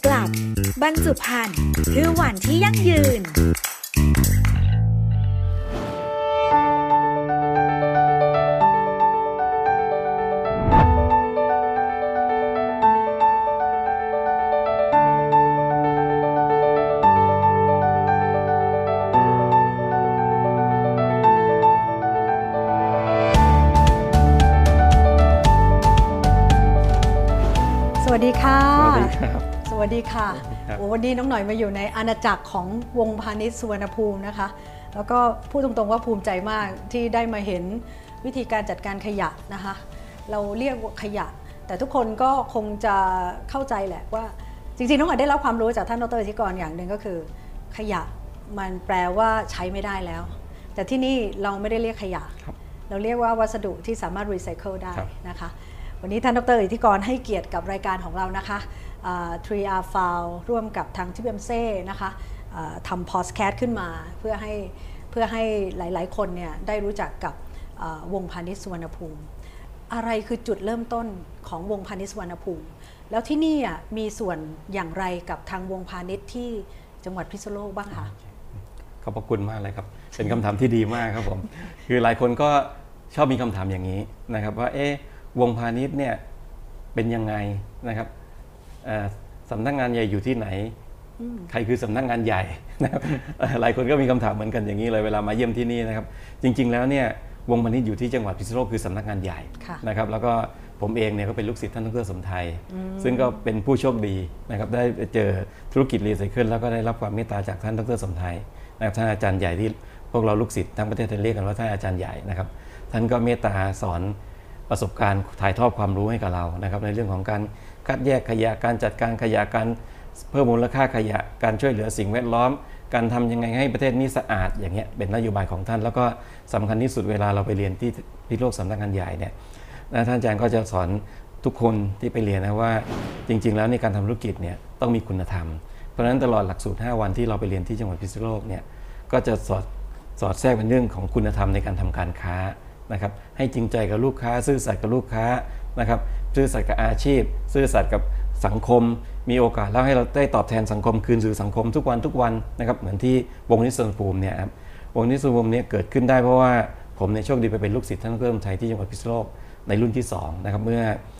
กลับบรรจุภัณฑ์คือหวานที่ยั่งยืนสวัสดีค่ะสวัสดีครับสวัสดีค่ะวันนี้น้องหน่อยมาอยู่ในอาณาจักรของวงพาณิชย์สุวรรณภูมินะคะแล้วก็พูดตรงๆว่าภูมิใจมากที่ได้มาเห็นวิธีการจัดการขยะนะคะเราเรียกว่าขยะแต่ทุกคนก็คงจะเข้าใจแหละว่าจริงๆน้องหน่อยได้รับความรู้จากท่านดร.อิทธิกรอย่างหนึ่งก็คือขยะมันแปลว่าใช้ไม่ได้แล้วแต่ที่นี่เราไม่ได้เรียกขยะเราเรียกว่าวัสดุที่สามารถรีไซเคิลได้นะคะวันนี้ท่านดร.อิทธิกรให้เกียรติกับรายการของเรานะคะ3R Found ร่วมกับทางทิปเอมเซ่นะคะทำพอดแคสต์ขึ้นมาเพื่อให้หลายๆคนเนี่ยได้รู้จักกับวงพาณิชย์สุวรรณภูมิอะไรคือจุดเริ่มต้นของวงพาณิชย์สุวรรณภูมิแล้วที่นี่มีส่วนอย่างไรกับทางวงพาณิชย์ที่จังหวัดพิษณุโลกบ้างคะขอบพระคุณมากเลยครับเป็นคำถามที่ดีมากครับผมคือหลายคนก็ชอบมีคำถามอย่างนี้นะครับว่าวงพาณิชย์เนี่ยเป็นยังไงนะครับสำนักงานใหญ่อยู่ที่ไหนใครคือสำนักงานใหญ่นะครับหลายคนก็มีคำถามเหมือนกันอย่างนี้เลยเวลามาเยี่ยมที่นี่นะครับจริงๆแล้วเนี่ยวงพาณิชย์อยู่ที่จังหวัดพิษณุโลกคือสำนักงานใหญ่นะครับแล้วก็ผมเองเนี่ยก็เป็นลูกศิษย์ท่านดร.สมไทยซึ่งก็เป็นผู้โชคดีนะครับได้เจอธุรกิจรีไซเคิลแล้วก็ได้รับความเมตตาจากท่านดร.สมไทยนะครับท่านอาจารย์ใหญ่ที่พวกเราลูกศิษย์ทั้งประเทศไทยเรียกกันว่าท่านอาจารย์ใหญ่นะครับท่านก็เมตตาสอนประสบการณ์ถ่ายทอดความรู้ให้กับเรานะครับในเรื่องของการคัดแยกขยะการจัดการขยะการเพิ่มมูลค่าขยะการช่วยเหลือสิ่งแวดล้อมการทำยังไงให้ประเทศนี้สะอาดอย่างเงี้ยเป็นนโยบายของท่านแล้วก็สำคัญที่สุดเวลาเราไปเรียนที่พิษณุโลกสำนักงานใหญ่เนี่ยท่านอาจารย์ก็จะสอนทุกคนที่ไปเรียนนะว่าจริงๆแล้วในการทำธุรกิจเนี่ยต้องมีคุณธรรมเพราะฉะนั้นตลอดหลักสูตร5วันที่เราไปเรียนที่จังหวัดพิษณุโลกเนี่ยก็จะสอดแทรกเป็นเรื่องของคุณธรรมในการทำการค้านะครับให้จริงใจกับลูกค้าซื่อสัตย์กับลูกค้านะครับซื่อสัตย์กับอาชีพซื่อสัตย์กับสังคมมีโอกาสแล้วให้เราได้ตอบแทนสังคมคืนสู่สังคมทุกวันนะครับเหมือนที่วงนิสสันภูมิเนี่ยครับวงนิสสันภูมิเนี่ยเกิดขึ้นได้เพราะว่าผมในโชคดีไปเป็นลูกศิษย์ท่านดร.สมไทยที่จังหวัดพิษณุโลกในรุ่นที่2นะครับเมื่อ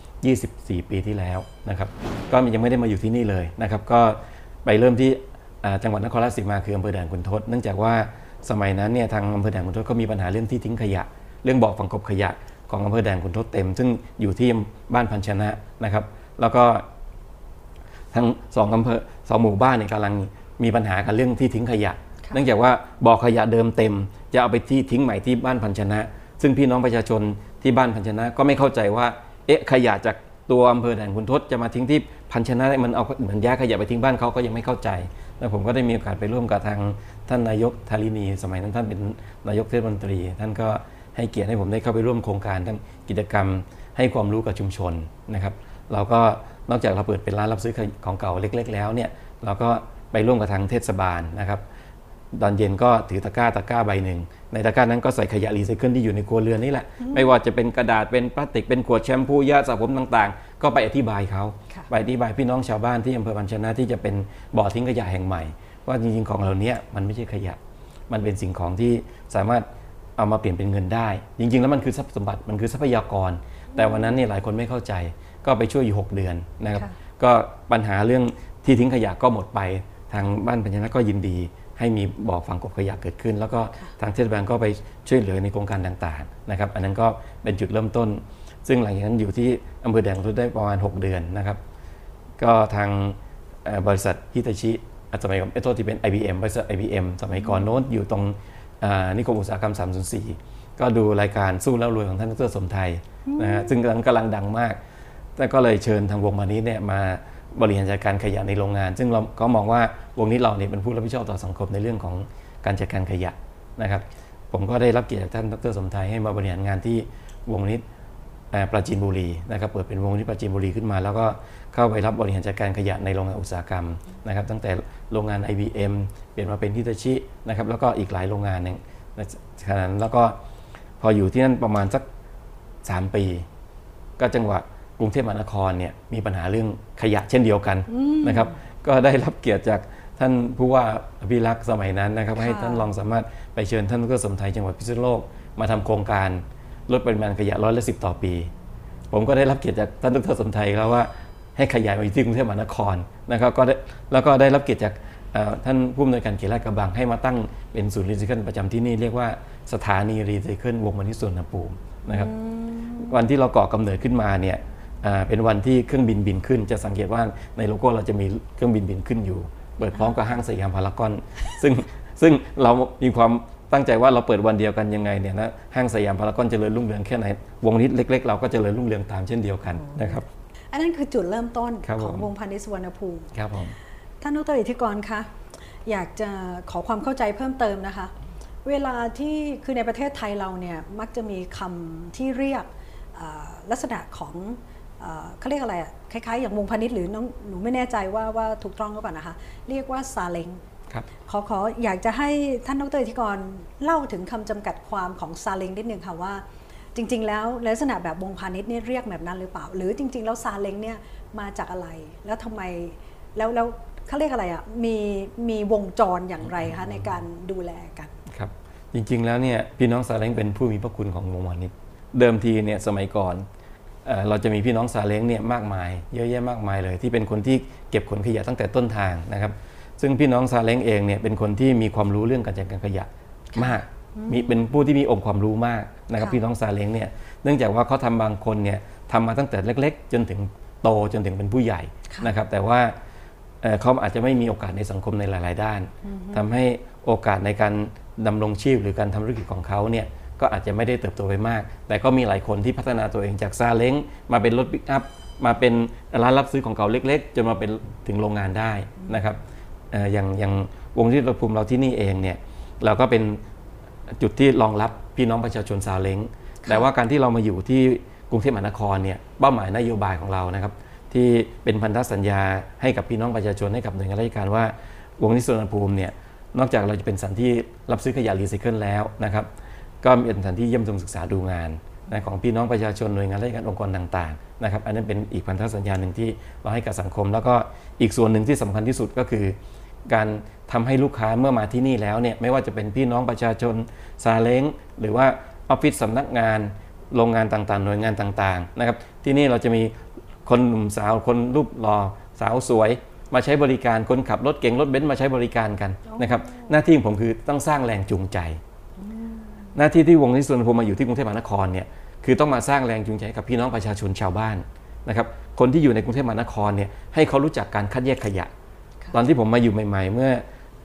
24 ปีที่แล้วนะครับก็ยังไม่ได้มาอยู่ที่นี่เลยนะครับก็ไปเริ่มที่จังหวัดนครราชสีมาคืออำเภอด่านขุนทดเนื่องจากว่าสมัยนั้นเนี่ยทางอำเภอด่านขุนทดก็มีปัญหาเรื่องที่ทิ้งขยะเรื่องบ่อฝังกลบขยะของอำเภอด่านขุนทดเต็มซึ่งอยู่ที่บ้านพันชนะนะครับแล้วก็ทั้ง2อำเภอ2หมู่บ้านเนี่ยกำลังมีปัญหากันเรื่องที่ทิ้งขยะเนื่องจากว่าบ่อขยะเดิมเต็มจะเอาไปที่ทิ้งใหม่ที่บ้านพันชนะซึ่งพี่น้องประชาชนที่บ้านพันชนะก็ไม่เข้าใจว่าขยะจากตัวอำเภอด่านขุนทดจะมาทิ้งที่พันชนะมันเอาเหมือนย้ายขยะไปทิ้งบ้านเขาก็ยังไม่เข้าใจแล้วผมก็ได้มีโอกาสไปร่วมกับทางท่านนายกธารินีสมัยนั้นท่านเป็นนายกเทศมนตรีท่านก็ให้เกียรติให้ผมได้เข้าไปร่วมโครงการทั้งกิจกรรมให้ความรู้กับชุมชนนะครับเราก็นอกจากเราเปิดเป็นร้านรับซื้อของเก่าเล็กๆแล้วเนี่ยเราก็ไปร่วมกับทางเทศบาลนะครับตอนเย็นก็ถือตะกร้าใบหนึ่งในตะกร้านั้นก็ใส่ขยะรีไซเคิลที่อยู่ในครัวเรือนนี่แหละไม่ว่าจะเป็นกระดาษเป็นพลาสติกเป็นขวดแชมพูยาสระผมต่างๆก็ไปอธิบายเขาไปอธิบายพี่น้องชาวบ้านที่อำเภอพันชนะที่จะเป็นบ่อทิ้งขยะแห่งใหม่ว่าจริงๆของเหล่านี้มันไม่ใช่ขยะมันเป็นสิ่งของที่สามารถเอามาเปลี่ยนเป็นเงินได้จริงๆแล้วมันคือทรัพย์สมบัติมันคือทรัพยากรแต่วันนั้นเนี่ยหลายคนไม่เข้าใจก็ไปช่วยอยู่6เดือนนะครับก็ปัญหาเรื่องที่ทิ้งขยะก็หมดไปทางบ้านพันชนะก็ยินดีให้มีบ่อฝังกลบขยะเกิดขึ้นแล้วก็ทางเทศบาลก็ไปช่วยเหลือในโครงการต่างๆนะครับอันนั้นก็เป็นจุดเริ่มต้นซึ่งหลังจากนั้นอยู่ที่อำเภอด่านขุนทดได้ประมาณ6เดือนนะครับก็ทางบริษัทฮิตาชิสมัยก่อนที่เป็น IBM บริษัท IBM สมัยก่อนโน้นอยู่ตรงนิคมอุตสาหกรรม304ก็ดูรายการสู้แล้วรวยของท่านดร.สมไทยนะฮะซึ่งกำลังดังมากแต่ก็เลยเชิญทางวงพาณิชย์เนี่ยมาบริหารจัดการขยะในโรงงานซึ่งเราก็มองว่าวงนี้เราเนี่ยเป็นผู้รับผิดชอบต่อสังคมในเรื่องของการจัดการขยะนะครับผมก็ได้รับเกียรติจากท่านดร.สมไทยให้มาบริหารงานที่วงนี้ปราจีนบุรีนะครับเปิดเป็นวงนี้ปราจีนบุรีขึ้นมาแล้วก็เข้าไปรับบริหารจัดการขยะในโรงงานอุตสาหกรรมนะครับตั้งแต่โรงงาน IBM เปลี่ยนมาเป็นฮิตาชินะครับแล้วก็อีกหลายโรงงานนึงขณะนั้นแล้วก็พออยู่ที่นั่นประมาณสัก3 ปีก็จังหวะกรุงเทพมหานครเนี่ยมีปัญหาเรื่องขยะเช่นเดียวกันนะครับก็ได้รับเกียรติจากท่านผู้ว่าอภิรักษ์สมัยนั้นนะครับให้ท่านรองสามารถไปเชิญท่านดร.สมไทยจังหวัดพิษณุโลกมาทำโครงการลดปริมาณขยะ10%ต่อปีผมก็ได้รับเกียรติจากท่านดร.สมไทยแล้วว่าให้ขยายมาที่กรุงเทพมหานครนะครับแล้วก็ได้รับเกียรติจากท่านผู้อำนวยการเขตลาดกระบังให้มาตั้งเป็นศูนย์รีไซเคิลประจำที่นี่เรียกว่าสถานีรีไซเคิลวงพาณิชย์สุวรรณภูมินะครับวันที่เราก่อกำเนิดขึ้นมาเนี่ยเป็นวันที่เครื่องบินบินขึ้นจะสังเกตว่าในโลโก้เราจะมีเครื่องบินบินขึ้นอยู่เปิดพร้อมกับห้างสยามพารากอนซึ่งเรามีความตั้งใจว่าเราเปิดวันเดียวกันยังไงเนี่ยนะห้างสยามพารากอนเจริญรุ่งเรืองแค่ไหนวงนี้เล็กๆเราก็เจริญรุ่งเรืองตามเช่นเดียวกันนะครับอันนั้นคือจุดเริ่มต้นของวงพาณิชย์สุวรรณภูมิครับผมท่านดร.อิทธิกรคะอยากจะขอความเข้าใจเพิ่มเติมนะคะเวลาที่คือในประเทศไทยเราเนี่ยมักจะมีคำที่เรียกลักษณะของเขาเรียกอะไรอ่ะคล้ายๆอย่างวงพาณิชย์หรือหนูไม่แน่ใจว่าถูกต้องหรือเปล่านะคะเรียกว่าซาเล้งขออยากจะให้ท่านดร.อิทธิกรเล่าถึงคำจำกัดความของซาเล้งนิดนึงค่ะว่าจริงๆแล้วลักษณะแบบวงพาณิชย์นี่เรียกแบบนั้นหรือเปล่าหรือจริงๆแล้วซาเล้งเนี่ยมาจากอะไรแล้วทำไมแล้วเขาเรียกอะไรอ่ะมีวงจรอย่างไรคะในการดูแลกันครับจริงๆแล้วเนี่ยพี่น้องซาเล้งเป็นผู้มีพระคุณของวงพาณิชย์เดิมทีเนี่ยสมัยก่อนเราจะมีพี่น้องซาเล้งเนี่ยมากมายเยอะแยะมากมายเลยที่เป็นคนที่เก็บขนขยะตั้งแต่ต้นทางนะครับซึ่งพี่น้องซาเล้งเองเนี่ยเป็นคนที่มีความรู้เรื่องการจัดการขยะมากเป็นผู้ที่มีองค์ความรู้มากนะครับพี่น้องซาเล้งเนี่ยเนื่องจากว่าเขาทำบางคนเนี่ยทำมาตั้งแต่เล็กๆจนถึงโตจนถึงเป็นผู้ใหญ่นะครับแต่ว่าเขาอาจจะไม่มีโอกาสในสังคมในหลายๆด้านทำให้โอกาสในการดำรงชีพหรือการทำธุรกิจของเขาเนี่ยก็อาจจะไม่ได้เติบโตไปมากแต่ก็มีหลายคนที่พัฒนาตัวเองจากซาเล้งมาเป็นรถปิกอัพมาเป็นร้านรับซื้อของเก่าเล็กๆจนมาเป็นถึงโรงงานได้นะครับอย่างวงที่เราภูมิเราที่นี่เองเนี่ยเราก็เป็นจุดที่รองรับพี่น้องประชาชนซาเล้งแต่ว่าการที่เรามาอยู่ที่กรุงเทพมหานครเนี่ยเป้าหมายนโยบายของเรานะครับที่เป็นพันธสัญญาให้กับพี่น้องประชาชนให้กับหน่วยงานราชการว่าวงนี้สุวรรณภูมิเนี่ยนอกจากเราจะเป็นสถานที่รับซื้อขยะรีไซเคิลแล้วนะครับก็เป็นสถานที่เยี่ยมชมศึกษาดูงานของพี่น้องประชาชนหน่วยงานราชการองค์กรต่างๆนะครับอันนั้นเป็นอีกพันธสัญญาหนึ่งที่เราให้กับสังคมแล้วก็อีกส่วนหนึ่งที่สำคัญที่สุดก็คือการทำให้ลูกค้าเมื่อมาที่นี่แล้วเนี่ยไม่ว่าจะเป็นพี่น้องประชาชนซาเล้งหรือว่าออฟฟิศสำนักงานโรงงานต่างๆหน่วยงานต่างๆนะครับที่นี่เราจะมีคนหนุ่มสาวคนรูปหล่อสาวสวยมาใช้บริการคนขับรถเก๋งรถเบนซ์มาใช้บริการกันนะครับหน้าที่ของผมคือต้องสร้างแรงจูงใจหน้าที่ที่วงนี้สุวรรณภูมิมาอยู่ที่กรุงเทพมหานครเนี่ยคือต้องมาสร้างแรงจูงใจกับพี่น้องประชาชนชาวบ้านนะครับคนที่อยู่ในกรุงเทพมหานครเนี่ยให้เขารู้จักการคัดแยกขยะตอนที่ผมมาอยู่ใหม่ๆเมื่อ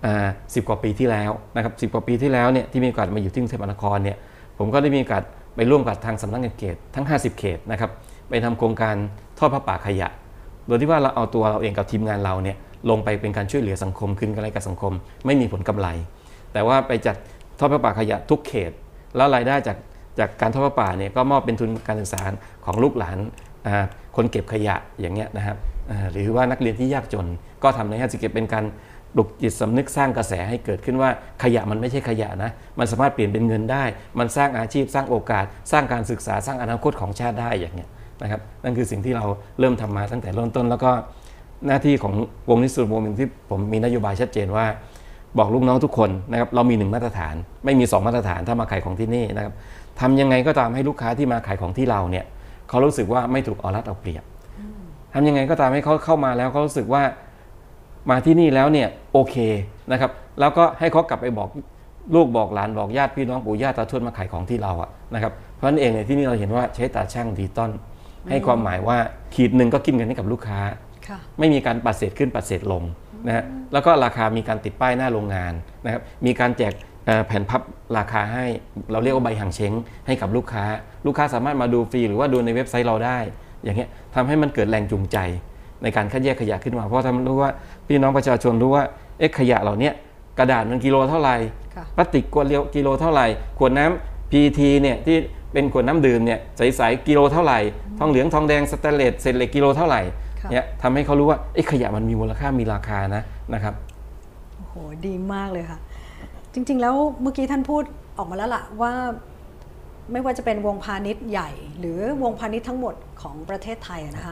10 กว่าปีที่แล้วนะครับ10 กว่าปีที่แล้วเนี่ยที่มีโอกาสมาอยู่ที่กรุงเทพมหานครเนี่ยผมก็ได้มีโอกาสไปร่วมกับทางสำนักงานเขตทั้ง50 เขตนะครับไปทำโครงการทอดผ้าป่าขยะโดยที่ว่าเราเอาตัวเราเองกับทีมงานเราเนี่ยลงไปเป็นการช่วยเหลือสังคมคืนกำไรกับสังคมไม่มีผลกำไรแต่ว่าไปจัดทอดผ้าป่าขยะทุกเขตแล้วรายได้จากการทอดผ้าป่าเนี่ยก็มอบเป็นทุนการศึกษาของลูกหลานคนเก็บขยะอย่างเงี้ยนะครับหรือว่านักเรียนที่ยากจนก็ทำใน50 เขตเป็นการปลุกจิตสำนึกสร้างกระแสให้เกิดขึ้นว่าขยะมันไม่ใช่ขยะนะมันสามารถเปลี่ยนเป็นเงินได้มันสร้างอาชีพสร้างโอกาสสร้างการศึกษาสร้างอนาคตของชาติได้อย่างเงี้ยนะครับนั่นคือสิ่งที่เราเริ่มทำมาตั้งแต่เริ่มต้นแล้วก็หน้าที่ของวงนี้สุวรรณภูมิที่ผมมีนโยบายชัดเจนว่าบอกลูกน้องทุกคนนะครับเรามี1 มาตรฐานไม่มี2 มาตรฐานถ้ามาขายของที่นี่นะครับทำยังไงก็ตามให้ลูกค้าที่มาขายของที่เราเนี่ยเขารู้สึกว่าไม่ถูกเอารัดเอาเปรียบทำยังไงก็ตามให้เขาเข้ามาแล้วเขารู้สึกว่ามาที่นี่แล้วเนี่ยโอเคนะครับแล้วก็ให้เขากลับไปบอกลูกบอกหลานบอกญาติพี่น้องปู่ย่าตาทวดมาขายของที่เราอะนะครับเพราะนั่นเองเนี่ยที่นี่เราเห็นว่าใช้ตาช่างดิจิตอลให้ความหมายว่าขีดหนึ่งก็กินกันให้กับลูกค้าไม่มีการปัดเศษขึ้นปัดเศษลงนะฮะแล้วก็ราคามีการติดป้ายหน้าโรงงานนะครับมีการแจกแผ่นพับราคาให้เราเรียกว่าใบหังเช้งให้กับลูกค้าสามารถมาดูฟรีหรือว่าดูในเว็บไซต์เราได้อย่างเงี้ยทำให้มันเกิดแรงจูงใจในการคัดแยกขยะขึ้นมาเพราะทำรู้ว่าพี่น้องประชาชนรู้ว่าขยะเหล่านี้กระดาษมันกิโลเท่าไหร่พลาสติกกิโลเท่าไหร่ขวดน้ำ PET เนี่ยที่เป็นขวดน้ำดื่มเนี่ยใสๆกิโลเท่าไหร่ทองเหลืองทองแดงสแตนเลสเศษเหล็กกิโลเท่าไหร่เนี่ยทำให้เขารู้ว่าขยะมันมีมูลค่ามีราคานะครับโอ้โหดีมากเลยค่ะจริงๆแล้วเมื่อกี้ท่านพูดออกมาแล้วล่ะว่าไม่ว่าจะเป็นวงพาณิชย์ใหญ่หรือวงพาณิชย์ทั้งหมดของประเทศไทยนะคะ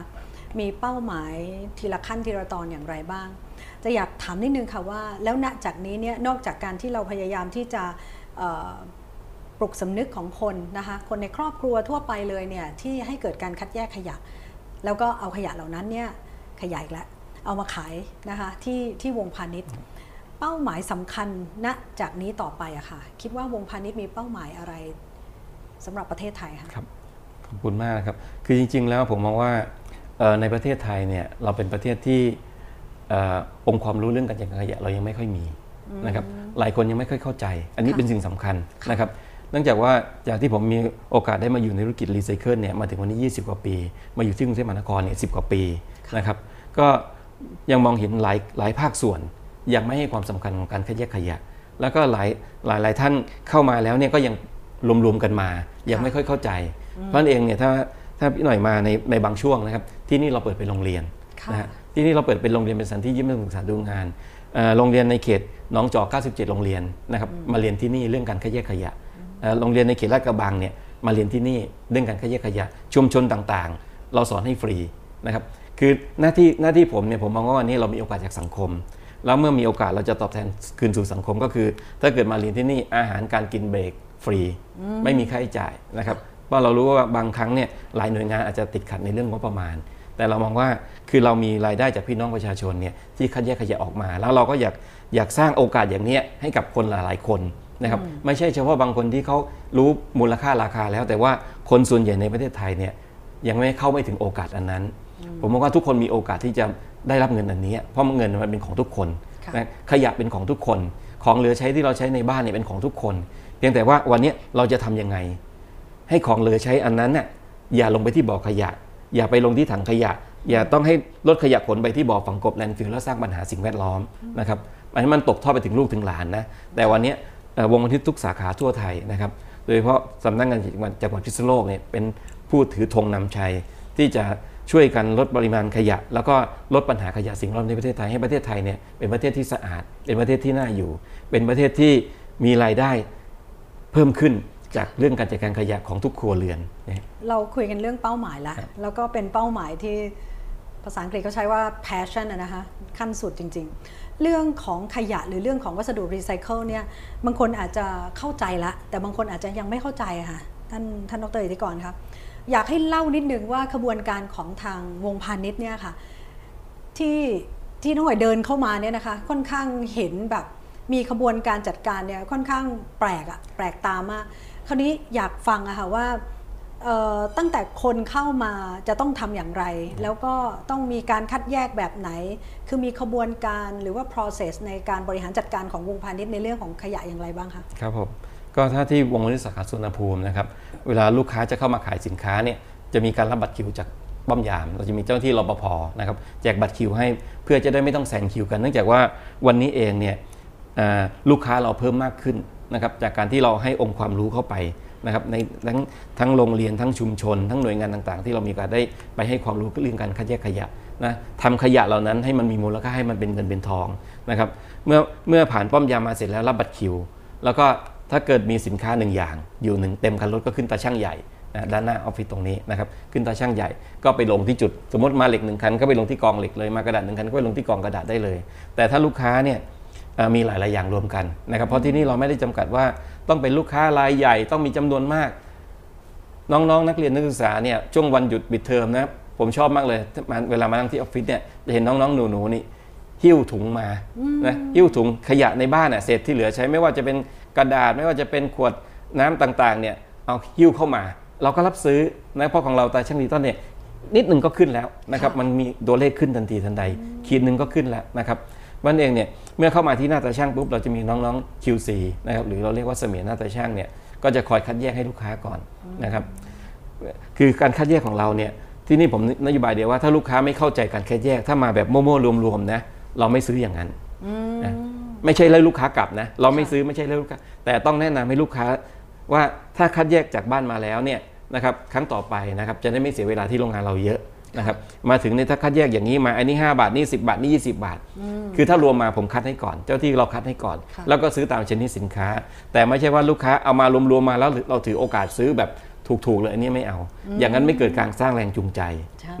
มีเป้าหมายทีละขั้นทีละตอนอย่างไรบ้างจะอยากถามนิดนึงค่ะว่าแล้วณจากนี้เนี่ยนอกจากการที่เราพยายามที่จะปลุกสำนึกของคนนะคะคนในครอบครัวทั่วไปเลยเนี่ยที่ให้เกิดการคัดแยกขยะแล้วก็เอาขยะเหล่านั้นเนี่ยขยายอีกแล้วเอามาขายนะคะที่วงพาณิชย์เป้าหมายสำคัญณจากนี้ต่อไปอะค่ะคิดว่าวงพาณิชย์มีเป้าหมายอะไรสำหรับประเทศไทยคะครับขอบคุณมากครับคือจริงๆแล้วผมมองว่าในประเทศไทยเนี่ยเราเป็นประเทศที่องค์ความรู้เรื่องการจัดการขยะเรายังไม่ค่อยมีนะครับหลายคนยังไม่ค่อยเข้าใจอันนี้เป็นสิ่งสำคัญนะครับเนื่องจากว่าจากที่ผมมีโอกาสได้มาอยู่ในธุรกิจรีไซเคิลเนี่ยมาถึงวันนี้20 กว่าปีมาอยู่ที่กรุงเทพมหานครเนี่ย10 กว่าปีนะครับก็ยังมองเห็นหลายภาคส่วนยังไม่ให้ความสำคัญของการคัดแยกขยะแล้วก็หลายท่านเข้ามาแล้วเนี่ยก็ยังรวมๆกันมายังไม่ค่อยเข้าใจเพราะนั่นเองเนี่ยถ้าพี่หน่อยมาในบางช่วงนะครับที่นี่เราเปิดเป็นโรงเรียนนะฮะที่นี่เราเปิดเป็นโรงเรียนเป็นสถานที่ยิ้มนักศึกษาดูงานโรงเรียนในเขตหนองจอก97 โรงเรียนนะครับมาเรียนที่นี่เรื่องการคัดแยกขยะโรงเรียนในเขตลาดกระบังเนี่ยมาเรียนที่นี่เรื่องการคัดแยกขยะชุมชนต่างๆเราสอนให้ฟรีนะครับคือหน้าที่ผมเนี่ยผมมองว่าวันนี้เรามีโอกาสจากสังคมแล้วเมื่อมีโอกาสเราจะตอบแทนคืนสู่สังคมก็คือถ้าเกิดมาเรียนที่นี่อาหารการกินเบรกฟรีไม่มีค่าใช้จ่ายนะครับเพราะเรารู้ว่าบางครั้งเนี่ยหลายหน่วยงานอาจจะติดขัดในเรื่องงบประมาณแต่เรามองว่าคือเรามีรายได้จากพี่น้องประชาชนเนี่ยที่คัดแยกขยะออกมาแล้วเราก็อยากสร้างโอกาสอย่างนี้ให้กับคนหลายๆคนนะครับไม่ใช่เฉพาะบางคนที่เขารู้มูลค่าราคาแล้วแต่ว่าคนส่วนใหญ่ในประเทศไทยเนี่ยยังไม่เข้าไม่ถึงโอกาสอันนั้นผมมองว่าทุกคนมีโอกาสที่จะได้รับเงินอันนี้เพราะเงินมันเป็นของทุกคนนะขยะเป็นของทุกคนของเหลือใช้ที่เราใช้ในบ้านเนี่ยเป็นของทุกคนเพียงแต่ว่าวันนี้เราจะทำยังไงให้ของเหลือใช้อันนั้นน่ะอย่าลงไปที่บ่อขยะอย่าไปลงที่ถังขยะอย่าต้องให้รถขยะขนไปที่บ่อฝังกลบแลนด์ฟิลแล้วสร้างปัญหาสิ่งแวดล้อมนะครับอันนี้มันตกทอดไปถึงลูกถึงหลานนะแต่วันนี้วงพาณิชย์ทุกสาขาทั่วไทยนะครับโดยเฉพาะสำนักงานจังหวัดพิษณุโลกเนี่ยเป็นผู้ถือธงนำชัยที่จะช่วยกันลดปริมาณขยะแล้วก็ลดปัญหาขยะสิ่งแวดล้อมในประเทศไทยให้ประเทศไทยเนี่ยเป็นประเทศที่สะอาดเป็นประเทศที่น่าอยู่เป็นประเทศที่มีรายได้เพิ่มขึ้นจากเรื่องการจัดการขยะของทุกครัวเรือนเราคุยกันเรื่องเป้าหมายแล้วก็เป็นเป้าหมายที่ภาษาอังกฤษเขาใช้ว่า passion นะคะขั้นสุดจริงๆเรื่องของขยะหรือเรื่องของวัสดุรีไซเคิลเนี่ยบางคนอาจจะเข้าใจละแต่บางคนอาจจะยังไม่เข้าใจค่ะท่านดร.อิทธิกรครับอยากให้เล่านิดนึงว่าขบวนการของทางวงพาณิชย์เนี่ยค่ะที่น้องหน่อยเดินเข้ามาเนี่ยนะคะค่อนข้างเห็นแบบมีขบวนการจัดการเนี่ยค่อนข้างแปลกตามากคราวนี้อยากฟังอะค่ะว่าตั้งแต่คนเข้ามาจะต้องทำอย่างไรแล้วก็ต้องมีการคัดแยกแบบไหนคือมีขบวนการหรือว่า process ในการบริหารจัดการของวงพาณิชย์ในเรื่องของขยะอย่างไรบ้างคะครับผมก็ถ้าที่วงพาณิชย์สาขาสุวรรณภูมินะครับเวลาลูกค้าจะเข้ามาขายสินค้าเนี่ยจะมีการรับบัตรคิวจากป้อมยามเราจะมีเจ้าหน้าที่รปภนะครับแจกบัตรคิวให้เพื่อจะได้ไม่ต้องแซงคิวกันเนื่องจากว่าวันนี้เองเนี่ยลูกค้าเราเพิ่มมากขึ้นนะครับจากการที่เราให้องค์ความรู้เข้าไปนะครับในทั้งโรงเรียนทั้งชุมชนทั้งหน่วยงานต่างๆที่เรามีการได้ไปให้ความรู้เรื่องการคัดแยกขยะนะทำขยะเหล่านั้นให้มันมีมูลค่าให้มันเป็นเงินเป็นทองนะครับเมื่อผ่านป้อมยามมาเสร็จแล้วรับบัตรคิวแล้วก็ถ้าเกิดมีสินค้า1อย่างอยู่1เต็มคันรถก็ขึ้นตาช่างใหญ่นะด้านหน้าออฟฟิศตรงนี้นะครับขึ้นตาช่างใหญ่ก็ไปลงที่จุดสมมติมาเหล็ก1คันก็ไปลงที่กองเหล็กเลยมากระดาษ1คันก็ไปลงที่กองกระดาษได้เลยแต่ถ้าลูกค้าเนี่ยมีหลายๆอย่างรวมกันนะครับเพราะที่นี่เราไม่ได้จำกัดว่าต้องเป็นลูกค้ารายใหญ่ต้องมีจำนวนมากน้องๆนักเรียนนักศึกษาเนี่ยช่วงวันหยุดปิดเทอมนะผมชอบมากเลยเวลามานั่งที่ออฟฟิศเนี่ยจะเห็นน้องๆหนูๆนี่หิ้วถุงมานะหิ้วถุงขยะในบ้านเศษที่เหลือใช้ไม่ว่าจะเป็นกระดาษไม่ว่าจะเป็นขวดน้ำต่างๆเนี่ยเอาหิ้วเข้ามาเราก็รับซื้อนะเพราะของเราตาช่างดิจิตอลเนี่ยนิดนึงก็ขึ้นแล้วนะครับมันมีตัวเลขขึ้นทันทีทันใดขีดนึงก็ขึ้นแล้วนะครับวันเองเนี่ยเมื่อเข้ามาที่หน้าตาช่างปุ๊บเราจะมีน้องๆ QC นะครับหรือเราเรียกว่าเสมียนหน้าตาช่างเนี่ยก็จะคอยคัดแยกให้ลูกค้าก่อนนะครับคือการคัดแยกของเราเนี่ยที่นี่ผมนโยบายเดียวว่าถ้าลูกค้าไม่เข้าใจการคัดแยกถ้ามาแบบโม่ๆรวมๆนะเราไม่ซื้ออย่างนั้นนะไม่ใช่ไล่ลูกค้ากลับนะเราไม่ซื้อไม่ใช่ไล่ลูกค้าแต่ต้องแนะนำให้ลูกค้าว่าถ้าคัดแยกจากบ้านมาแล้วเนี่ยนะครับครั้งต่อไปนะครับจะได้ไม่เสียเวลาที่โรงงานเราเยอะนะครับมาถึงในถ้าคัดแยกอย่างนี้มาอันนี้5 บาทนี่10 บาทนี่20 บาทคือถ้ารวมมาผมคัดให้ก่อนเจ้าที่เราคัดให้ก่อนแล้วก็ซื้อตามชนิดสินค้าแต่ไม่ใช่ว่าลูกค้าเอามารวมๆมาแล้วเราถือโอกาสซื้อแบบถูกๆเลยอันนี้ไม่เอาอย่างนั้นไม่เกิดการสร้างแรงจูงใจนะครับ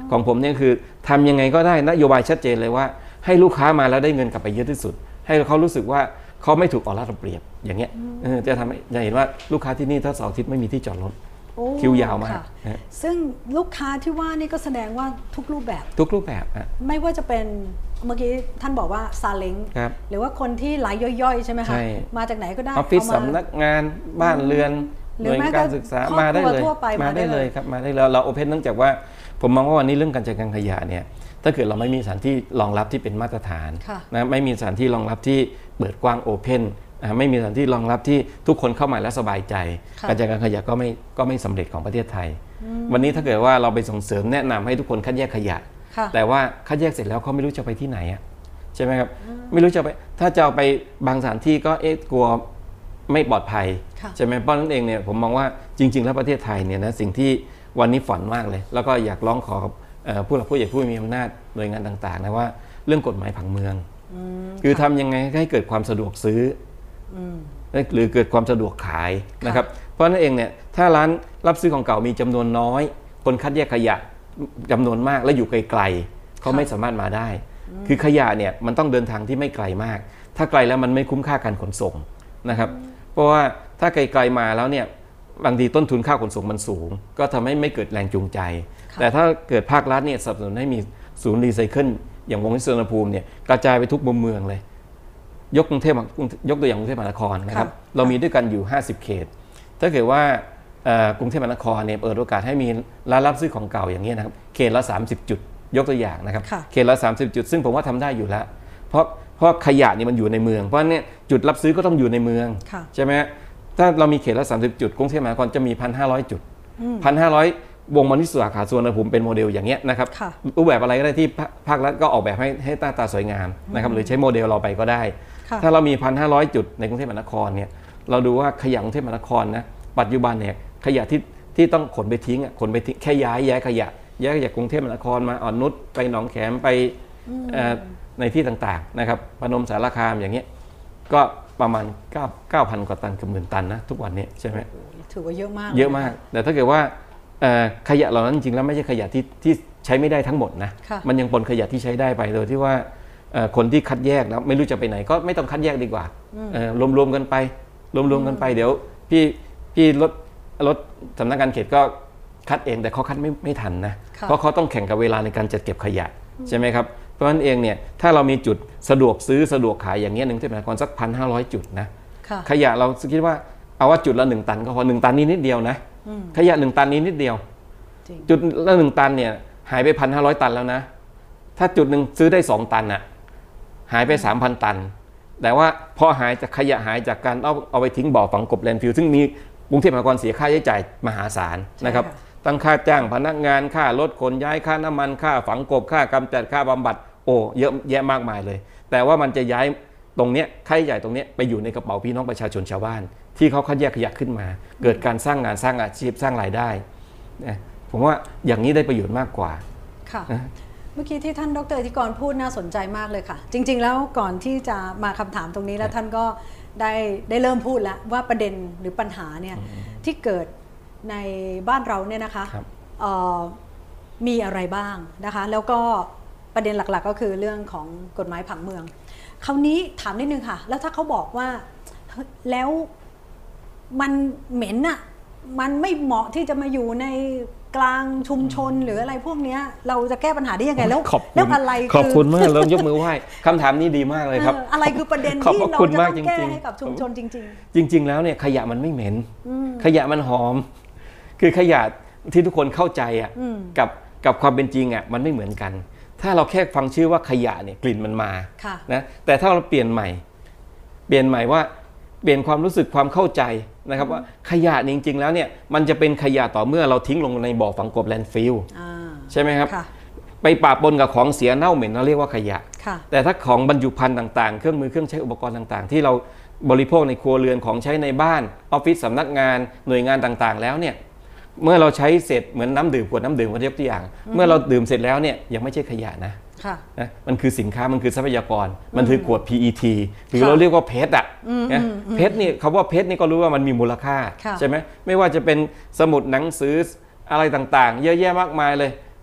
ของผมเนี่ยคือทำยังไงก็ได้นโยบายชัดเจนเลยว่าให้ลูกค้ามาแล้วได้เงินกลับไปเยอะที่สุดให้เขารู้สึกว่าเขาไม่ถูกเอารัดเอาเปรียบอย่างเงี้ยจะทำจะเห็นว่าลูกค้าที่นี่ถ้าเสาร์อาทิตย์ไม่มีที่จอดรถคิวยาวมากซึ่งลูกค้าที่ว่านี่ก็แสดงว่าทุกรูปแบบไม่ว่าจะเป็นเมื่อกี้ท่านบอกว่าซาเล้งหรือว่าคนที่รายย่อยๆใช่ไหมคะมาจากไหนก็ได้ออฟฟิศสำนักงานบ้านเรือนหน่วยการศึกษามาได้เลยมาได้เลยครับมาได้เลยเราโอเพนเนื่องจากว่าผมมองว่าวันนี้เรื่องการจัดการขยะเนี่ยถ้าเกิดเราไม่มีสถานที่รองรับที่เป็นมาตรฐานนะไม่มีสถานที่รองรับที่เปิดกว้างโอเพนไม่มีสถานที่รองรับที่ทุกคนเข้ามาแล้วสบายใจการจัดการขยะก็ไม่สำเร็จของประเทศไทยวันนี้ถ้าเกิดว่าเราไปส่งเสริมแนะนำให้ทุกคนคัดแยกขยะแต่ว่าคัดแยกเสร็จแล้วเขาไม่รู้จะไปที่ไหนใช่ไหมครับไม่รู้จะไปถ้าจะไปบางสถานที่ก็กลัวไม่ปลอดภัยใช่ไหมเพราะนั้นเองเนี่ยผมมองว่าจริงๆแล้วประเทศไทยเนี่ยนะสิ่งที่วันนี้ฝันมากเลยแล้วก็อยากร้องขอผู้หลักผู้ใหญ่ผู้มีอำนาจหน่วยงานต่างๆนะว่าเรื่องกฎหมายผังเมืองคือทำยังไงให้เกิดความสะดวกซื้อหรือเกิดความสะดวกขายนะครับเพราะนั่นเองเนี่ยถ้าร้านรับซื้อของเก่ามีจำนวนน้อยคนคัดแยกขยะจำนวนมากและอยู่ไกลๆเขาไม่สามารถมาได้คือขยะเนี่ยมันต้องเดินทางที่ไม่ไกลมากถ้าไกลแล้วมันไม่คุ้มค่าการขนส่งนะครับเพราะว่าถ้าไกลๆมาแล้วเนี่ยบางทีต้นทุนค่าขนส่งมันสูงก็ทำให้ไม่เกิดแรงจูงใจแต่ถ้าเกิดภาครัฐเนี่ยสนับสนุนให้มีศูนย์รีไซเคิลอย่างวงสุวรรณภูมิเนี่ยกระจายไปทุกมุมเมืองเลยยกตัวอย่างกรุงเทพมหานครนะครับเรามีด้วยกันอยู่50เขตถ้าเกิดว่ากรุงเทพมหานครเนี่ยเปิดโอกาสให้มีร้านรับซื้อของเก่าอย่างนี้นะครับเขตละ30จุดยกตัวอย่างนะครับเขตละ30จุดซึ่งผมว่าทำได้อยู่แล้วเพราะขยะนี่มันอยู่ในเมืองเพราะเนี่ยจุดรับซื้อก็ต้องอยู่ในเมืองใช่ไหมถ้าเรามีเขตละ30จุดกรุงเทพมหานครจะมี 1,500 จุด 1,500 วงมณิสาขาสุวรรณภูมิเป็นโมเดลอย่างเงี้ยนะครับรูปแบบอะไรก็ได้ที่ภาครัฐก็ออกแบบให้หน้าตาสวยงามนะครับหรือใช้โมเดลเราไปก็ได้ถ้าเรามี 1,500 จุดในกรุงเทพมหานครเนี่ยเราดูว่าขยะกรุงเทพมหานครนะปัจจุบันเนี่ยขยะที่ต้องขนไปทิ้งแค่ย้ายขยะจากกรุงเทพมหานครมาอ่อนนุชไปหนองแขมไปในที่ต่างๆนะครับพนมสารคามอย่างเงี้ยก็ประมาณ 9,000 กว่าตันเกือบ10,000 ตันนะทุกวันนี้ใช่ไหมถือว่าเยอะมากแต่ถ้าเกิดว่าขยะเหล่านั้นจริงๆแล้วไม่ใช่ขยะที่ใช้ไม่ได้ทั้งหมดนะมันยังปนขยะที่ใช้ได้ไปโดยที่ว่าคนที่คัดแยกแล้วไม่รู้จะไปไหนก็ไม่ต้องคัดแยกดีกว่ารวมๆกันไปเดี๋ยวพี่รถสำนักงานเขตก็คัดเองแต่เขาคัดไม่ทันนะเพราะเขาต้องแข่งกับเวลาในการจัดเก็บขยะใช่ไหมครับเพราะฉะนั้นเองเนี่ยถ้าเรามีจุดสะดวกซื้อสะดวกขายอย่างเงี้ย1 เทศบาลนครสัก 1,500 จุดนะขยะเราคิดว่าเอาว่าจุดละ1 ตันก็พอ1 ตันนี้นิดเดียวนะขยะ1 ตันนี้นิดเดียวจุดละ1 ตันเนี่ยหายไป 1,500 ตันแล้วนะถ้าจุดหนึ่งซื้อได้2 ตันอ่ะหายไป 3,000 ตันแต่ว่าพอหายจากขยะหายจากการเอาไปทิ้งบ่อฝังกลบแลนด์ฟิลซึ่งมีกรุงเทพมหานครเสียค่าใช้จ่ายมหาศาลนะครับตั้งค่าจ้างพนักงานค่ารถขนย้ายค่าน้ำมันค่าฝังกลบค่ากำจัดค่าบำบัดเยอะแยะมากมายเลยแต่ว่ามันจะย้ายตรงเนี้ยค่าใช้จ่ายตรงเนี้ยไปอยู่ในกระเป๋าพี่น้องประชาชนชาวบ้านที่เขาคัดแยกขยะขึ้นมาเกิดการสร้างงานสร้างอาชีพสร้างรายได้ผมว่าอย่างนี้ได้ประโยชน์มากกว่าค่ะเมื่อกี้ที่ท่านดร.อธิกรพูดน่าสนใจมากเลยค่ะจริงๆแล้วก่อนที่จะมาคำถามตรงนี้แล้วท่านก็ได้เริ่มพูดแล้วว่าประเด็นหรือปัญหาเนี่ยที่เกิดในบ้านเราเนี่ยนะคะมีอะไรบ้างนะคะแล้วก็ประเด็นหลักๆก็คือเรื่องของกฎหมายผังเมืองคราวนี้ถามนิดนึงค่ะแล้วถ้าเขาบอกว่าแล้วมันเหม็นอะมันไม่เหมาะที่จะมาอยู่ในกลางชุมชนหรืออะไรพวกนี้เราจะแก้ปัญหาได้ยังไงแล้วอะไรขอบคุณมากแล้วยกมือไหว้คำถามนี้ดีมากเลยครับอะไรคือประเด็นที่เราจะต้องแก้ให้กับชุมชนจริงๆแล้วเนี่ยขยะมันไม่เหม็นขยะมันหอมคือขยะที่ทุกคนเข้าใจอ่ะกับความเป็นจริงอ่ะมันไม่เหมือนกันถ้าเราแค่ฟังชื่อว่าขยะเนี่ยกลิ่นมันมานะแต่ถ้าเราเปลี่ยนใหม่ว่าเปลี่ยนความรู้สึกความเข้าใจนะครับว่าขยะจริงๆแล้วเนี่ยมันจะเป็นขยะต่อเมื่อเราทิ้งลงในบ่อฝังกลบแลนด์ฟิลใช่ไหมครับไปปะปนกับของเสียเน่าเหม็นเราเรียกว่าขยะแต่ถ้าของบรรจุภัณฑ์ต่างๆเครื่องมือเครื่องใช้อุปกรณ์ต่างๆที่เราบริโภคในครัวเรือนของใช้ในบ้านออฟฟิศสำนักงานหน่วยงานต่างๆแล้วเนี่ยเมื่อเราใช้เสร็จเหมือนน้ำดื่มขวดน้ำดื่มยกตัวอย่างเมื่อเราดื่มเสร็จแล้วเนี่ยยังไม่ใช่ขยะนะมันคือสินค้ามันคือทรัพยากรมันคือขวด PET หรือเราเรียกว่าเพชรเพชรนี่คำว่าเพชรนี่ก็รู้ว่ามันมีมูลค่าใช่ไหมไม่ว่าจะเป็นสมุดหนังสืออะไรต่างๆเยอะแยะมากมายเลย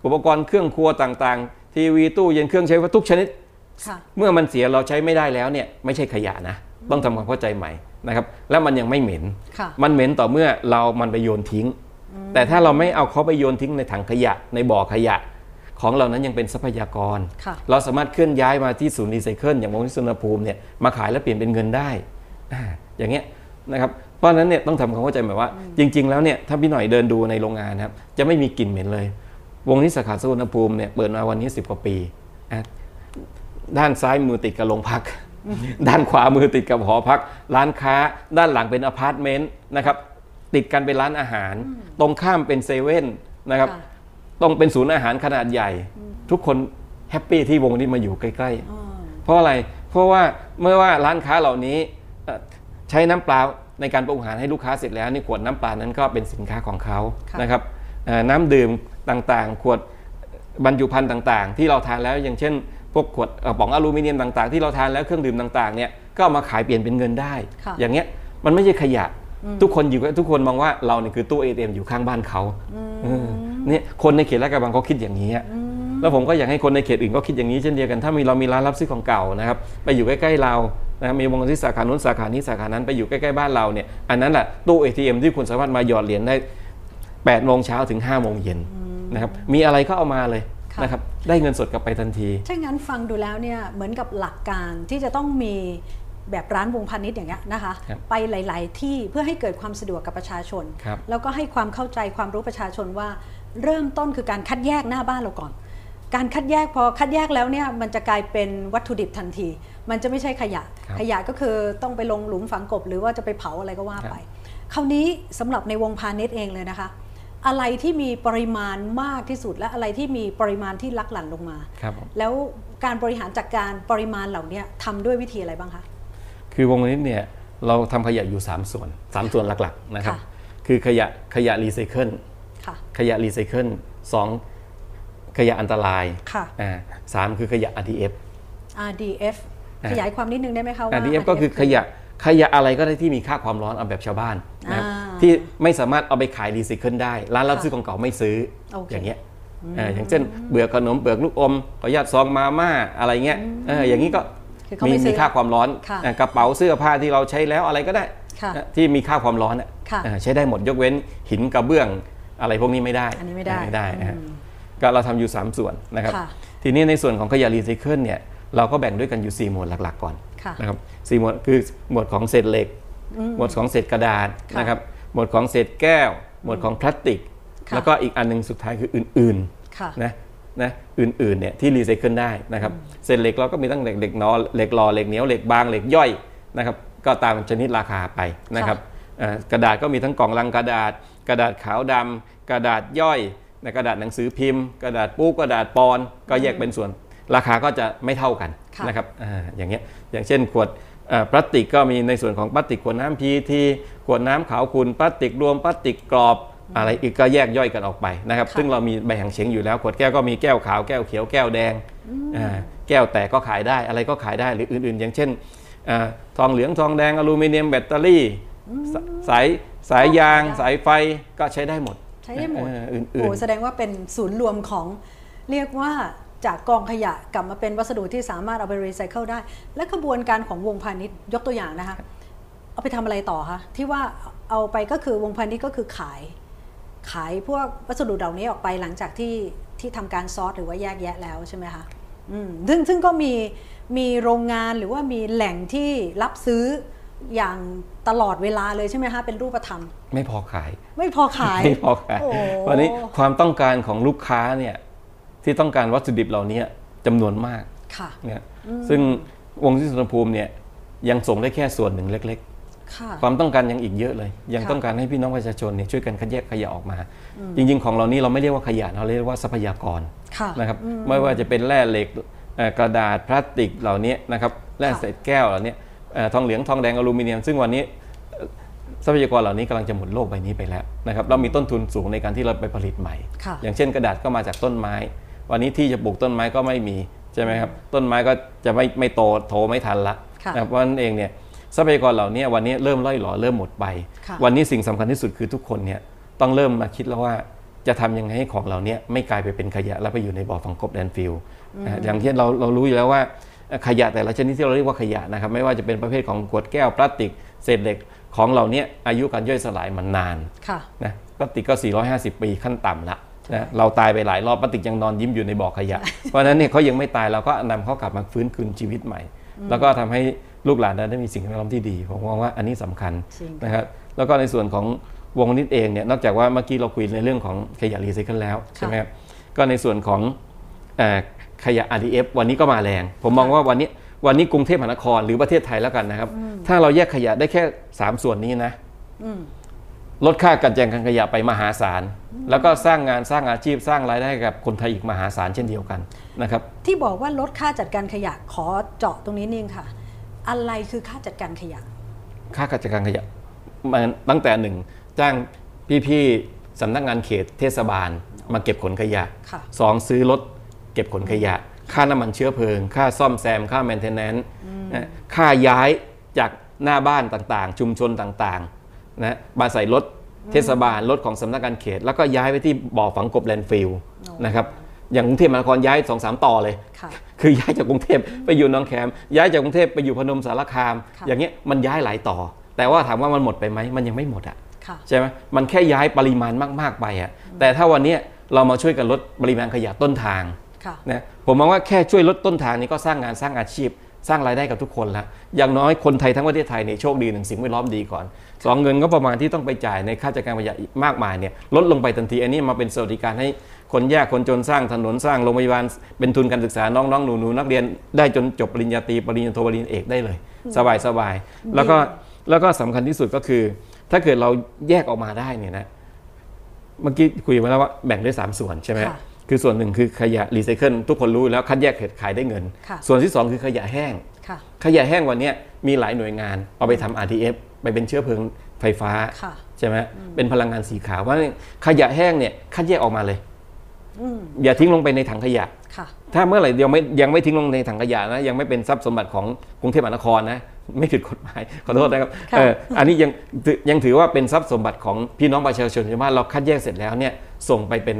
อุปกรณ์เครื่องครัวต่างๆทีวีตู้เย็นเครื่องใช้ไฟฟ้าทุกชนิดเมื่อมันเสียเราใช้ไม่ได้แล้วเนี่ยไม่ใช่ขยะนะต้องทำความเข้าใจใหม่นะครับแล้วมันยังไม่เหม็นมันเหม็นต่อเมื่อเรามันไปโยนทิ้งแต่ถ้าเราไม่เอาเขาไปโยนทิ้งในถังขยะในบ่อขยะของเรานั้นยังเป็นทรัพยากรเราสามารถเคลื่อนย้ายมาที่ศูนย์รีไซเคิลอย่างวงที่สุนทรภูมิเนี่ยมาขายแล้วเปลี่ยนเป็นเงินได้อย่างเงี้ยนะครับเพราะฉะนั้นเนี่ยต้องทำความเข้าใจแบบว่าจริงๆแล้วเนี่ยถ้าพี่หน่อยเดินดูในโรงงานครับจะไม่มีกลิ่นเหม็นเลยวงนี้สาขาสุวรรณภูมิเนี่ยเปิดมาวันนี้10 กว่าปีด้านซ้ายมือติดกับโรงพักด้านขวามือติดกับหอพักร้านค้าด้านหลังเป็นอพาร์ตเมนต์นะครับติดกันเป็นร้านอาหารตรงข้ามเป็นเซเว่นนะครับต้องเป็นศูนย์อาหารขนาดใหญ่ทุกคนแฮปปี้ที่วงนี้มาอยู่ใกล้ๆเพราะอะไรเพราะว่าเมื่อว่าร้านค้าเหล่านี้ใช้น้ำเปล่าในการปรุงอาหารให้ลูกค้าเสร็จแล้วนี่ขวดน้ำเปล่านั้นก็เป็นสินค้าของเขานะครับน้ำดื่มต่างๆขวดบรรจุภัณฑ์ต่างๆที่เราทานแล้วอย่างเช่นพวกขวดกระป๋องอลูมิเนียมต่างๆที่เราทานแล้วเครื่องดื่มต่างๆเนี่ยก็เอามาขายเปลี่ยนเป็นเงินได้อย่างเงี้ยมันไม่ใช่ขยะทุกคนมองว่าเราเนี่ยคือตู้ ATM อยู่ข้างบ้านเขาเนี่ยคนในเขตลาดกระบังเขาคิดอย่างนี้แล้วผมก็อยากให้คนในเขตอื่นก็คิดอย่างนี้เช่นเดียวกันถ้าเรามีร้านรับซื้อของเก่านะครับไปอยู่ใกล้ๆเรานะมีวงที่สาขาโน้นสาขานี้สาขานั้นไปอยู่ใกล้ๆบ้านเราเนี่ยอันนั้นแหละตู้ ATM ที่คุณสามารถมาหยอดเหรียญได้8 โมงเช้าถึง5 โมงเย็นนะครับมีอะไรก็เอามาเลยนะครับได้เงินสดกลับไปทันทีถ้างั้นฟังดูแล้วเนี่ยเหมือนกับหลักการที่จะต้องมีแบบร้านวงพาณิชย์อย่างเงี้ยนะคะไปหลายๆที่เพื่อให้เกิดความสะดวกกับประชาชนแล้วก็ให้ความเข้าใจความรู้ประชาชนว่าเริ่มต้นคือการคัดแยกหน้าบ้านเราก่อนการคัดแยกพอคัดแยกแล้วเนี่ยมันจะกลายเป็นวัตถุดิบทันทีมันจะไม่ใช่ขยะก็คือต้องไปลงหลุมฝังกบหรือว่าจะไปเผาอะไรก็ว่าไปคราวนี้สำหรับในวงพาณิชย์เองเลยนะคะอะไรที่มีปริมาณมากที่สุดและอะไรที่มีปริมาณที่ลักหลั่นลงมาแล้วการบริหารจัดการปริมาณเหล่านี้ทำด้วยวิธีอะไรบ้างคะคือวงนี้เนี่ยเราทำขยะอยู่3 ส่วนหลักๆนะครับคือขยะรีไซเคิลขยะรีไซเคิล2ขยะอันตราย3คือขยะ RDF ขยายความนิดนึงได้ไหมคะว่า RDF ก็คือขยะอะไรก็ได้ที่มีค่าความร้อนเอาแบบชาวบ้านนะครับที่ไม่สามารถเอาไปขายรีไซเคิลได้ร้านรับซื้อของเก่าไม่ซื้ออย่างเงี้ยอย่างเช่นเบื่อขนมเปลือกลูกอมขออนุญาตซองมาม่าอะไรเงี้ยอย่างนี้ก็มีค่าความร้อนกระเป๋าเสื้อผ้าที่เราใช้แล้วอะไรก็ได้ที่มีค่าความร้อนใช้ได้หมดยกเว้นหินกระเบื้องอะไรพวกนี้ไม่ได้อันนี้ไม่ได้ก็เราทำอยู่3 ส่วนนะครับทีนี้ในส่วนของขยะรีไซเคิลเนี่ยเราก็แบ่งด้วยกันอยู่4 หมวดหลักๆก่อนนะครับ4 หมวดคือหมวดของเศษเหล็กหมวดของเศษกระดาษนะครับหมวดของเศษแก้วหมวดของพลาสติกแล้วก็อีกอันนึงสุดท้ายคืออื่นๆนะอื่นๆเนี่ยที่รีไซเคิลได้นะครับเศษเหล็กเราก็มีตั้งเหล็กหนอเหล็กหล่อเหล็กเหนียวเหล็กบางเหล็กย่อยนะครับก็ตามชนิดราคาไปนะครับกระดาษก็มีทั้งกล่องลังกระดาษขาวดำกระดาษย่อยกระดาษหนังสือพิมพ์กระดาษปุ๊กกระดาษปอนก็แยกเป็นส่วนราคาก็จะไม่เท่ากันนะครับอย่างเงี้ยอย่างเช่นขวดพลาสติกก็มีในส่วนของพลาสติกขวดน้ำ PET ขวดน้ำขาวขุ่นพลาสติกรวมพลาสติกกรอบอะไรอีกก็แยกย่อยกันออกไปนะครับซึ่งเรามีใบแห่งเฉงอยู่แล้วขวดแก้วก็มีแก้วขาวแก้วเขียวแก้วแดงแก้วแตกก็ขายได้อะไรก็ขายได้หรืออื่นๆอย่างเช่นทองเหลืองทองแดงอลูมิเนียมแบตเตอรี่สายยางสายไฟก็ใช้ได้หมดอื่นๆแสดงว่าเป็นศูนย์รวมของเรียกว่าจากกองขยะกลับมาเป็นวัสดุที่สามารถเอาไปรีไซเคิลได้และกระบวนการของวงพาณิชย์ยกตัวอย่างนะคะเอาไปทำอะไรต่อคะที่ว่าเอาไปก็คือวงพาณิชย์ก็คือขายพวกวัสดุเหล่านี้ออกไปหลังจากที่ทำการซอร์ตหรือว่าแยกแยะแล้วใช่ไหมคะซึ่งก็มีโรงงานหรือว่ามีแหล่งที่รับซื้ออย่างตลอดเวลาเลยใช่ไหมคะเป็นรูปธรรมไม่พอขายวันนี้ความต้องการของลูกค้าเนี่ยที่ต้องการวัตถุดิบเหล่านี้จำนวนมากเนี่ยซึ่งวงที่สุวรรณภูมิเนี่ยยังส่งได้แค่ส่วนหนึ่งเล็กๆความต้องการยังอีกเยอะเลยยังต้องการให้พี่น้องประชาชนเนี่ยช่วยกันคัดแยกขยะออกมาจริงๆของเรานี้เราไม่เรียกว่าขยะเราเรียกว่าทรัพยากรนะครับไม่ว่าจะเป็นแร่เหล็กกระดาษพลาสติกเหล่านี้นะครับแร่เศษแก้วเหล่านี้ทองเหลืองทองแดงอลูมิเนียมซึ่งวันนี้ทรัพยากรเหล่านี้กำลังจะหมดโลกใบนี้ไปแล้วนะครับเรามีต้นทุนสูงในการที่เราไปผลิตใหม่อย่างเช่นกระดาษก็มาจากต้นไม้วันนี้ที่จะปลูกต้นไม้ก็ไม่มีใช่ไหมครับต้นไม้ก็จะไม่โตไม่ทันละเพราะนั่นเองเนี่ยทรัพยากรเหล่านี้วันนี้เริ่มล่อยหลอเริ่มหมดไปวันนี้สิ่งสำคัญที่สุดคือทุกคนเนี่ยต้องเริ่มมาคิดแล้วว่าจะทำยังไงให้ของเราเนี่ยไม่กลายไปเป็นขยะแล้วไปอยู่ในบ่อฝังกลบแลนด์ฟิลอย่างที่เรารู้อยู่แล้วว่าขยะแต่ละชนิดที่เราเรียกว่าขยะนะครับไม่ว่าจะเป็นประเภทของขวดแก้วพลาสติกเศษเหล็กของเราเนี่ยอายุการย่อยสลายมันนานนะพลาสติกก็450 ปีขั้นต่ำละนะเราตายไปหลายรอบพลาสติกยังนอนยิ้มอยู่ในบ่อขยะ เพราะฉะนั้นเนี่ยเขายังไม่ตายเราก็นำเขากลับมาฟื้นคืนชีวิตใหม่แล้วก็ทำให้ลูกหลานได้มีสิ่งแวดล้อมที่ดีผมมองว่าอันนี้สำคัญนะครับแล้วก็ในส่วนของวงนิดเองเนี่ยนอกจากว่าเมื่อกี้เราคุยในเรื่องของขยะรีไซเคิลแล้วใช่ไหมครับก็ในส่วนของขยะ RDF วันนี้ก็มาแรงผมมองว่าวันนี้กรุงเทพมหานครหรือประเทศไทยแล้วกันนะครับถ้าเราแยกขยะได้แค่3ส่วนนี้นะลดค่าการจัดการขยะไปมหาศาลแล้วก็สร้างงานสร้างอาชีพสร้างรายได้กับคนไทยอีกมหาศาลเช่นเดียวกันนะครับที่บอกว่าลดค่าจัดการขยะขอเจาะตรงนี้นึงค่ะอะไรคือค่าจัดการขยะค่าจัดการขยะมันตั้งแต่1จ้างพี่ๆสำนักงานเขตเทศบาลมาเก็บขนขยะ2ซื้อรถเก็บขนขยะค่าน้ำมันเชื้อเพลิงค่าซ่อมแซมค่าแมนเทนแนนซ์ค่าย้ายจากหน้าบ้านต่างๆชุมชนต่างๆนะมาใส่รถเทศบาลรถของสำนักงานเขตแล้วก็ย้ายไปที่บ่อฝังกลบแลนด์ฟิลนะครับอย่างกรุงเทพมหานครย้าย 2-3 ต่อเลยคือย้ายจากกรุงเทพไปอยู่หนองแขมย้ายจากกรุงเทพไปอยู่พนมสารคามอย่างเงี้ยมันย้ายหลายต่อแต่ว่าถามว่ามันหมดไปไหมมันยังไม่หมดอ่ะใช่ไหมมันแค่ย้ายปริมาณมากๆไปอ่ะแต่ถ้าวันนี้เรามาช่วยกันลดปริมาณขยะต้นทางนะผมมองว่าแค่ช่วยลดต้นทางนี้ก็สร้างงานสร้างอาชีพสร้างรายได้กับทุกคนแล้วอย่างน้อยคนไทยทั้งประเทศไทยเนี่ยโชคดี1สิ่งแวดล้อมดีก่อน2เงินก็ประมาณที่ต้องไปจ่ายในค่าจัดการขยะมากมายเนี่ยลดลงไปทันทีอันนี้มาเป็นสวัสดิการให้คนยากคนจนสร้างถนนสร้างโรงพยาบาลเป็นทุนการศึกษาน้องๆหนูๆนักเรียนได้จนจบปริญญาตรีปริญญาโทปริญญาเอกได้เลยสบายแล้วก็สำคัญที่สุดก็คือถ้าเกิดเราแยกออกมาได้เนี่ยนะเมื่อกี้คุยมาแล้วว่าแบ่งได้3ส่วนใช่ไหมคือส่วนหนึ่งคือขยะรีไซเคิลทุกคนรู้แล้วคัดแยกขายได้เงินส่วนที่2คือขยะแห้งขยะแห้งวันนี้มีหลายหน่วยงานเอาไปทำ RDF ไปเป็นเชื้อเพลิงไฟฟ้าใช่ไหมเป็นพลังงานสีขาวว่าขยะแห้งเนี่ยคัดแยกออกมาเลยอย่าทิ้งลงไปในถังขยะถ้าเมื่อไหร่ยังไม่ทิ้งลงในถังขยะนะยังไม่เป็นทรัพย์สมบัติของกรุงเทพมหานครนะไม่ผิดกฎหมายขอโทษนะครับอันนี้ยังถือว่าเป็นทรัพย์สมบัติของพี่น้องประชาชนใช่ไหมเราคัดแยกเสร็จแล้วเนี่ยส่งไปเป็น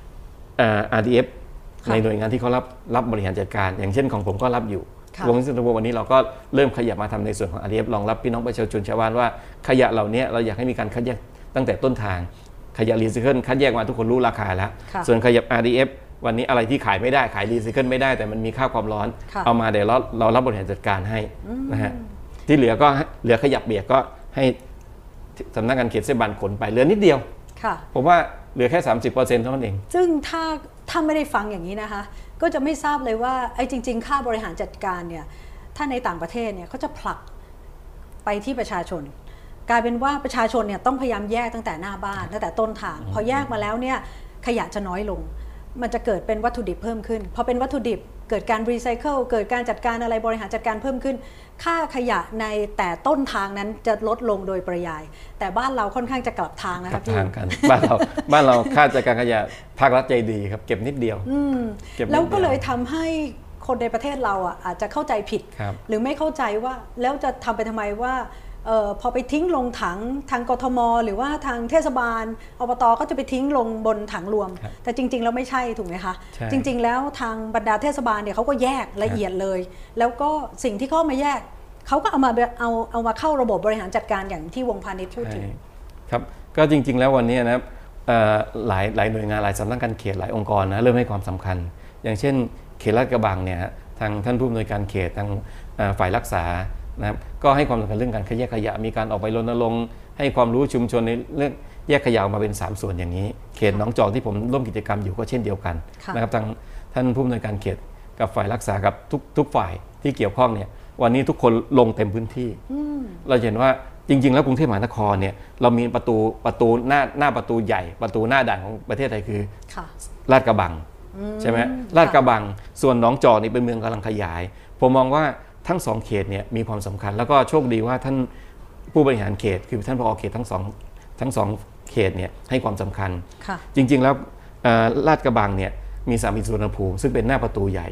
RDF ในหน่วยงานที่เขารับบริหารจัดการอย่างเช่นของผมก็รับอยู่วงนิสิตวันนี้เราก็เริ่มขยับมาทำในส่วนของ RDF รองรับพี่น้องประชาชนชาวบ้านว่าขยะเหล่านี้เราอยากให้มีการคัดแยกตั้งแต่ต้นทางขยะรีไซเคิลคัดแยกมาทุกคนรู้ราคาแล้วส่วนขยะ RDF วันนี้อะไรที่ขายไม่ได้ขายรีไซเคิลไม่ได้แต่มันมีค่าความร้อนเอามาเดี๋ยวเรารับบริหารจัดการให้นะฮะที่เหลือก็เหลือขยะเปียกก็ให้สำนักงานเขตเทศบาลขนไปเหลือนิดเดียวผมว่าเหลือแค่ 30% เท่านั้นเองซึ่งถ้าไม่ได้ฟังอย่างนี้นะคะก็จะไม่ทราบเลยว่าไอ้จริงๆค่าบริหารจัดการเนี่ยถ้าในต่างประเทศเนี่ยเขาจะผลักไปที่ประชาชนกลายเป็นว่าประชาชนเนี่ยต้องพยายามแยกตั้งแต่หน้าบ้านตั้งแต่ต้นทางพอแยกมาแล้วเนี่ยขยะจะน้อยลงมันจะเกิดเป็นวัตถุดิบเพิ่มขึ้นพอเป็นวัตถุดิบเกิดการรีไซเคิลเกิดการจัดการอะไรบริหารจัดการเพิ่มขึ้นค่าขยะในแต่ต้นทางนั้นจะลดลงโดยปริยายแต่บ้านเราค่อนข้างจะกลับทางนะครับพี่บ้านเราค่าจัดการขยะภาครัฐใจดีครับเก็บนิดเดียวแล้วก็เลยทำให้คนในประเทศเราอาจจะเข้าใจผิดหรือไม่เข้าใจว่าแล้วจะทำไปทำไมว่าพอไปทิ้งลงถังทางกทมหรือว่าทางเทศบาลอบตก็จะไปทิ้งลงบนถังรวมแต่จริงๆแล้วไม่ใช่ถูกไหมคะจริงๆแล้วทางบรรดาเทศบาลเนี่ยเขาก็แยกละเอียดเลยแล้วก็สิ่งที่เขามาแยกเขาก็เอามาเข้าระบบบริหารจัดการอย่างที่วงพาณิชย์พูดถึงครับก็จริงๆแล้ววันนี้นะครับหลายหน่วยงานหลายสำนักงานเขตหลายองค์กรนะเริ่มให้ความสำคัญอย่างเช่นเขตลาดกระบังเนี่ยทางท่านผู้อำนวยการเขตทางฝ่ายรักษานะครับก็ให้ความสำคัญเรื่องการแยกขยะมีการออกไปรณรงค์ให้ความรู้ชุมชนในเรื่องแยกขยะออกมาเป็น3ส่วนอย่างนี้เขตหนองจอกที่ผมร่วมกิจกรรมอยู่ก็เช่นเดียวกันนะครับทางท่านผู้อำนวยการเขตกับฝ่ายรักษากับทุกฝ่ายที่เกี่ยวข้องเนี่ยวันนี้ทุกคนลงเต็มพื้นที่เราเห็นว่าจริงๆแล้วกรุงเทพมหานครเนี่ยเรามีประตูหน้าประตูใหญ่ประตูหน้าด่านของประเทศไทยคือลาดกระบังใช่ไหมลาดกระบังส่วนหนองจอกนี่เป็นเมืองกำลังขยายผมมองว่าทั้ง2เขตเนี่ยมีความสำคัญแล้วก็โชคดีว่าท่านผู้บริหารเขตคือท่านผอ.เขตทั้งสองเขตเนี่ยให้ความสำคัญจริงๆแล้วลาดกระบังเนี่ยมีสนามบินสุวรรณภูมิซึ่งเป็นหน้าประตูใหญ่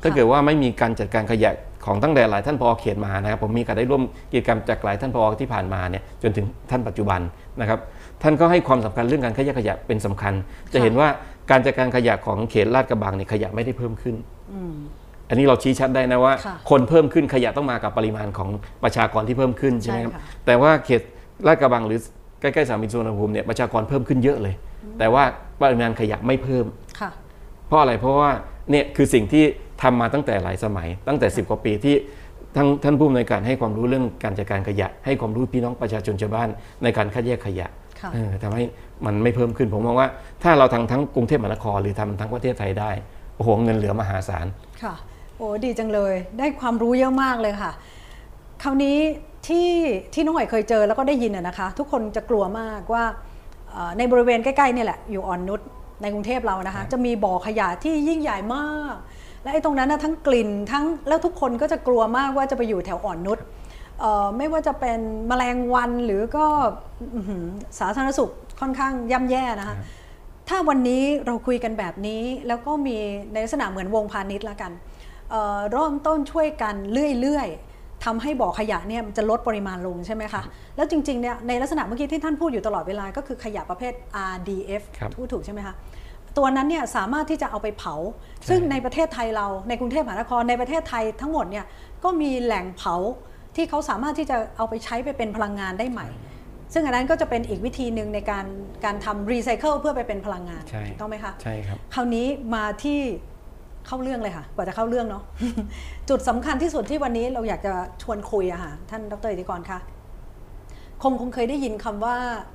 ถ้าเกิดว่าไม่มีการจัดการขยะของตั้งแต่หลายท่านผอ.เขตมานะครับผมมีการได้ร่วมกิจกรรมจากหลายท่านผอ.ที่ผ่านมาเนี่ยจนถึงท่านปัจจุบันนะครับท่านก็ให้ความสำคัญเรื่องการขยะเป็นสำคัญจะเห็นว่าการจัดการขยะของเขตลาดกระบังเนี่ยขยะไม่ได้เพิ่มขึ้นอันนี้เราชี้ชัดได้นะว่าคนเพิ่มขึ้นขยะต้องมากับปริมาณของประชากรที่เพิ่มขึ้นใช่ไหมครับแต่ว่าเขตลาดกระบังหรือใกล้ๆสนามบินสุวรรณภูมิเนี่ยประชากรเพิ่มขึ้นเยอะเลยแต่ว่าปริมาณขยะไม่เพิ่มเพราะอะไรเพราะว่าเนี่ยคือสิ่งที่ทำมาตั้งแต่หลายสมัยตั้งแต่10 กว่าปีที่ท่านผู้อำนวยการให้ความรู้เรื่องการจัดการขยะให้ความรู้พี่น้องประชาชนชาวบ้านในการคัดแยกขยะทำให้มันไม่เพิ่มขึ้นผมมองว่าถ้าเราทั้งกรุงเทพมหานครหรือทำทั้งประเทศไทยได้โอ้โหเงินเหลือมหาศาลค่ะโอ้ดีจังเลยได้ความรู้เยอะมากเลยค่ะคราวนี้ที่น้องหอยเคยเจอแล้วก็ได้ยินนะคะทุกคนจะกลัวมากว่าในบริเวณใกล้ๆนี่แหละอยู่อ่อนนุชในกรุงเทพเรานะคะจะมีบ่อขยะที่ยิ่งใหญ่มากและไอ้ตรงนั้นนะทั้งกลิ่นทั้งแล้วทุกคนก็จะกลัวมากว่าจะไปอยู่แถวอ่อนนุชไม่ว่าจะเป็นแมลงวันหรือก็สาธารณสุขค่อนข้างย่ำแย่นะคะถ้าวันนี้เราคุยกันแบบนี้แล้วก็มีในลักษณะเหมือนวงพาณิชย์ละกันเริ่มต้นช่วยกันเรื่อยๆทำให้บ่อขยะเนี่ยมันจะลดปริมาณลงใช่ไหมคะแล้วจริงๆเนี่ยในลักษณะเมื่อกี้ที่ท่านพูดอยู่ตลอดเวลาก็คือขยะประเภท RDF ถูกใช่ไหมคะตัวนั้นเนี่ยสามารถที่จะเอาไปเผาซึ่งในประเทศไทยเราในกรุงเทพมหานครในประเทศไทยทั้งหมดเนี่ยก็มีแหล่งเผาที่เขาสามารถที่จะเอาไปใช้ไปเป็นพลังงานได้ใหม่ซึ่งอันนั้นก็จะเป็นอีกวิธีหนึ่งในการทำรีไซเคิลเพื่อไปเป็นพลังงานถูกต้องไหมคะใช่ครับคราวนี้มาที่เข้าเรื่องเลยค่ะกว่าจะเข้าเรื่องเนาะ จุดสำคัญที่สุดที่วันนี้เราอยากจะชวนคุยอะค่ะท่านดร.อิทธิกรคะคงเคยได้ยินคำว่า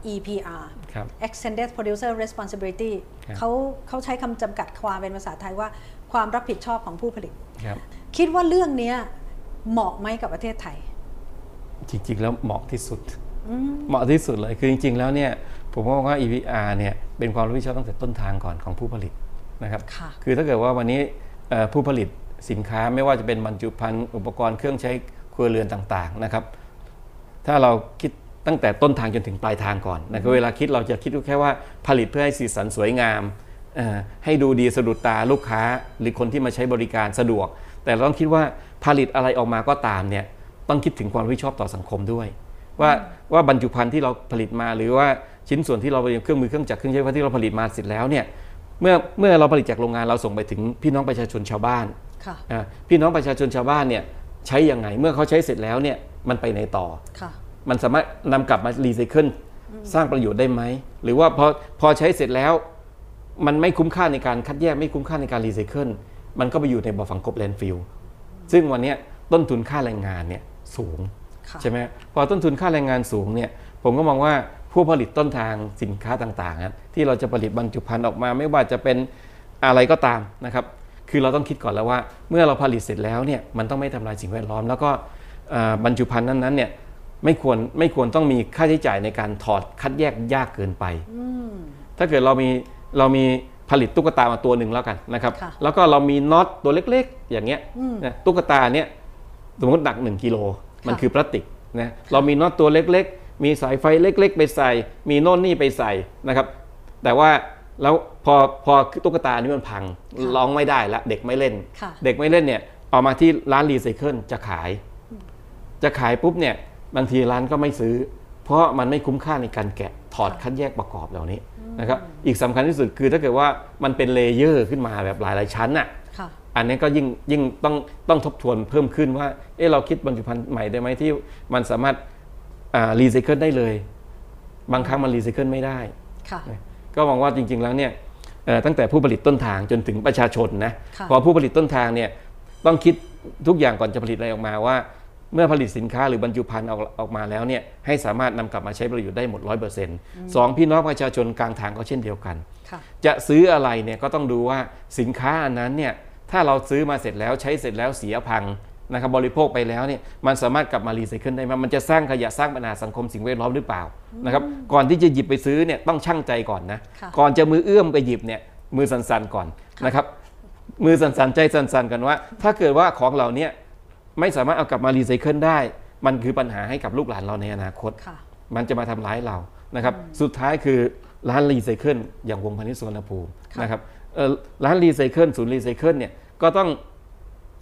EPR Extended Producer Responsibility เขาใช้คำจำกัดความเป็นภาษาไทยว่าความรับผิดชอบของผู้ผลิตคิดว่าเรื่องนี้เหมาะไหมกับประเทศไทยจริงๆแล้วเหมาะที่สุดเหมาะที่สุดเลยคือจริงๆแล้วเนี่ยผมมองว่า EPR เนี่ยเป็นความรับผิดชอบตั้งแต่ต้นทางก่อนของผู้ผลิตนะครับคือถ้าเกิดว่าวันนี้ผู้ผลิตสินค้าไม่ว่าจะเป็นบรรจุภัณฑ์อุปกรณ์เครื่องใช้ครัวเรือนต่างๆนะครับถ้าเราคิดตั้งแต่ต้นทางจนถึงปลายทางก่อนนะเวลาคิดเราจะคิดแค่ว่าผลิตเพื่อให้สีสันสวยงามให้ดูดีสะดุดตาลูกค้าหรือคนที่มาใช้บริการสะดวกแต่เราต้องคิดว่าผลิตอะไรออกมาก็ตามเนี่ยต้องคิดถึงความรับผิดชอบต่อสังคมด้วยว่าบรรจุภัณฑ์ที่เราผลิตมาหรือว่าชิ้นส่วนที่เราเครื่องมือเครื่องจักรเครื่องใช้ไฟฟ้าที่เราผลิตมาเสร็จแล้วเนี่ยเมื่อเราผลิตจากโรงงานเราส่งไปถึงพี่น้องประชาชนชาวบ้านพี่น้องประชาชนชาวบ้านเนี่ยใช้ยังไงเมื่อเขาใช้เสร็จแล้วเนี่ยมันไปไหนต่อมันสามารถนำกลับมารีไซเคิลสร้างประโยชน์ได้ไหมหรือว่าพอใช้เสร็จแล้วมันไม่คุ้มค่าในการคัดแยกไม่คุ้มค่าในการรีไซเคิลมันก็ไปอยู่ในบ่อฝังกลบแลนด์ฟิลซึ่งวันนี้ต้นทุนค่าแรงงานเนี่ยสูงใช่ไหมพอต้นทุนค่าแรงงานสูงเนี่ยผมก็มองว่าผู้ผลิตต้นทางสินค้าต่างๆที่เราจะผลิตบรรจุภัณฑ์ออกมาไม่ว่าจะเป็นอะไรก็ตามนะครับคือเราต้องคิดก่อนแล้วว่าเมื่อเราผลิตเสร็จแล้วเนี่ยมันต้องไม่ทำลายสิ่งแวดล้อมแล้วก็บรรจุภัณฑ์นั้นๆเนี่ยไม่ควรต้องมีค่าใช้จ่ายในการถอดคัดแยกยากเกินไปถ้าเกิดเรามีผลิตตุ๊กตามาตัวหนึ่งแล้วกันนะครับแล้วก็เรามีน็อตตัวเล็กๆอย่างเงี้ยตุ๊กตาเนี่ยสมมติหนัก1 กิโลมันคือพลาสติกนะเรามีน็อตตัวเล็กๆมีสายไฟเล็กๆไปใส่มีโน่นนี่ไปใส่นะครับแต่ว่าแล้วพอตุ๊กตานี้มันพังร้องไม่ได้ละเด็กไม่เล่นเนี่ยเอามาที่ร้านรีไซเคิลจะขายปุ๊บเนี่ยบางทีร้านก็ไม่ซื้อเพราะมันไม่คุ้มค่าในการแกะถอดคัดแยกประกอบเหล่านี้นะครับอีกสำคัญที่สุดคือถ้าเกิดว่ามันเป็นเลเยอร์ขึ้นมาแบบหลายๆชั้นน่ะอันนี้ก็ยิ่งต้องทบทวนเพิ่มขึ้นว่าเราคิดบรรจุภัณฑ์ใหม่ได้ไหมที่มันสามารถรีไซเคิลได้เลยบางครั้งมันรีไซเคิลไม่ได้ก็มองว่าจริงๆแล้วเนี่ยตั้งแต่ผู้ผลิตต้นทางจนถึงประชาชนนะพอผู้ผลิตต้นทางเนี่ยต้องคิดทุกอย่างก่อนจะผลิตอะไรออกมาว่าเมื่อผลิตสินค้าหรือบรรจุภัณฑ์ออกมาแล้วเนี่ยให้สามารถนำกลับมาใช้ประโยชน์ได้หมด 100% 2พี่น้องประชาชนกลางทางก็เช่นเดียวกันจะซื้ออะไรเนี่ยก็ต้องดูว่าสินค้าอันนั้นเนี่ยถ้าเราซื้อมาเสร็จแล้วใช้เสร็จแล้วเสียพังนะครับบริโภคไปแล้วเนี่ยมันสามารถกลับมารีไซเคิลได้ไหมมันจะสร้างขยะสร้างปัญหาสังคมสิ่งแวดล้อมหรือเปล่านะครับก่อนที่จะหยิบไปซื้อเนี่ยต้องชั่งใจก่อนนะก่อนจะมือเอื้อมไปหยิบเนี่ยมือสั่นๆก่อนนะครับมือสั่นๆใจสั่นๆกันว่าถ้าเกิดว่าของเหล่านี้ไม่สามารถเอากลับมารีไซเคิลได้มันคือปัญหาให้กับลูกหลานเราในอนาคตมันจะมาทำร้ายเรานะครับสุดท้ายคือร้านรีไซเคิลอย่างวงพาณิชย์สุวรรณภูมินะครับร้านรีไซเคิลศูนย์รีไซเคิลเนี่ยก็ต้อง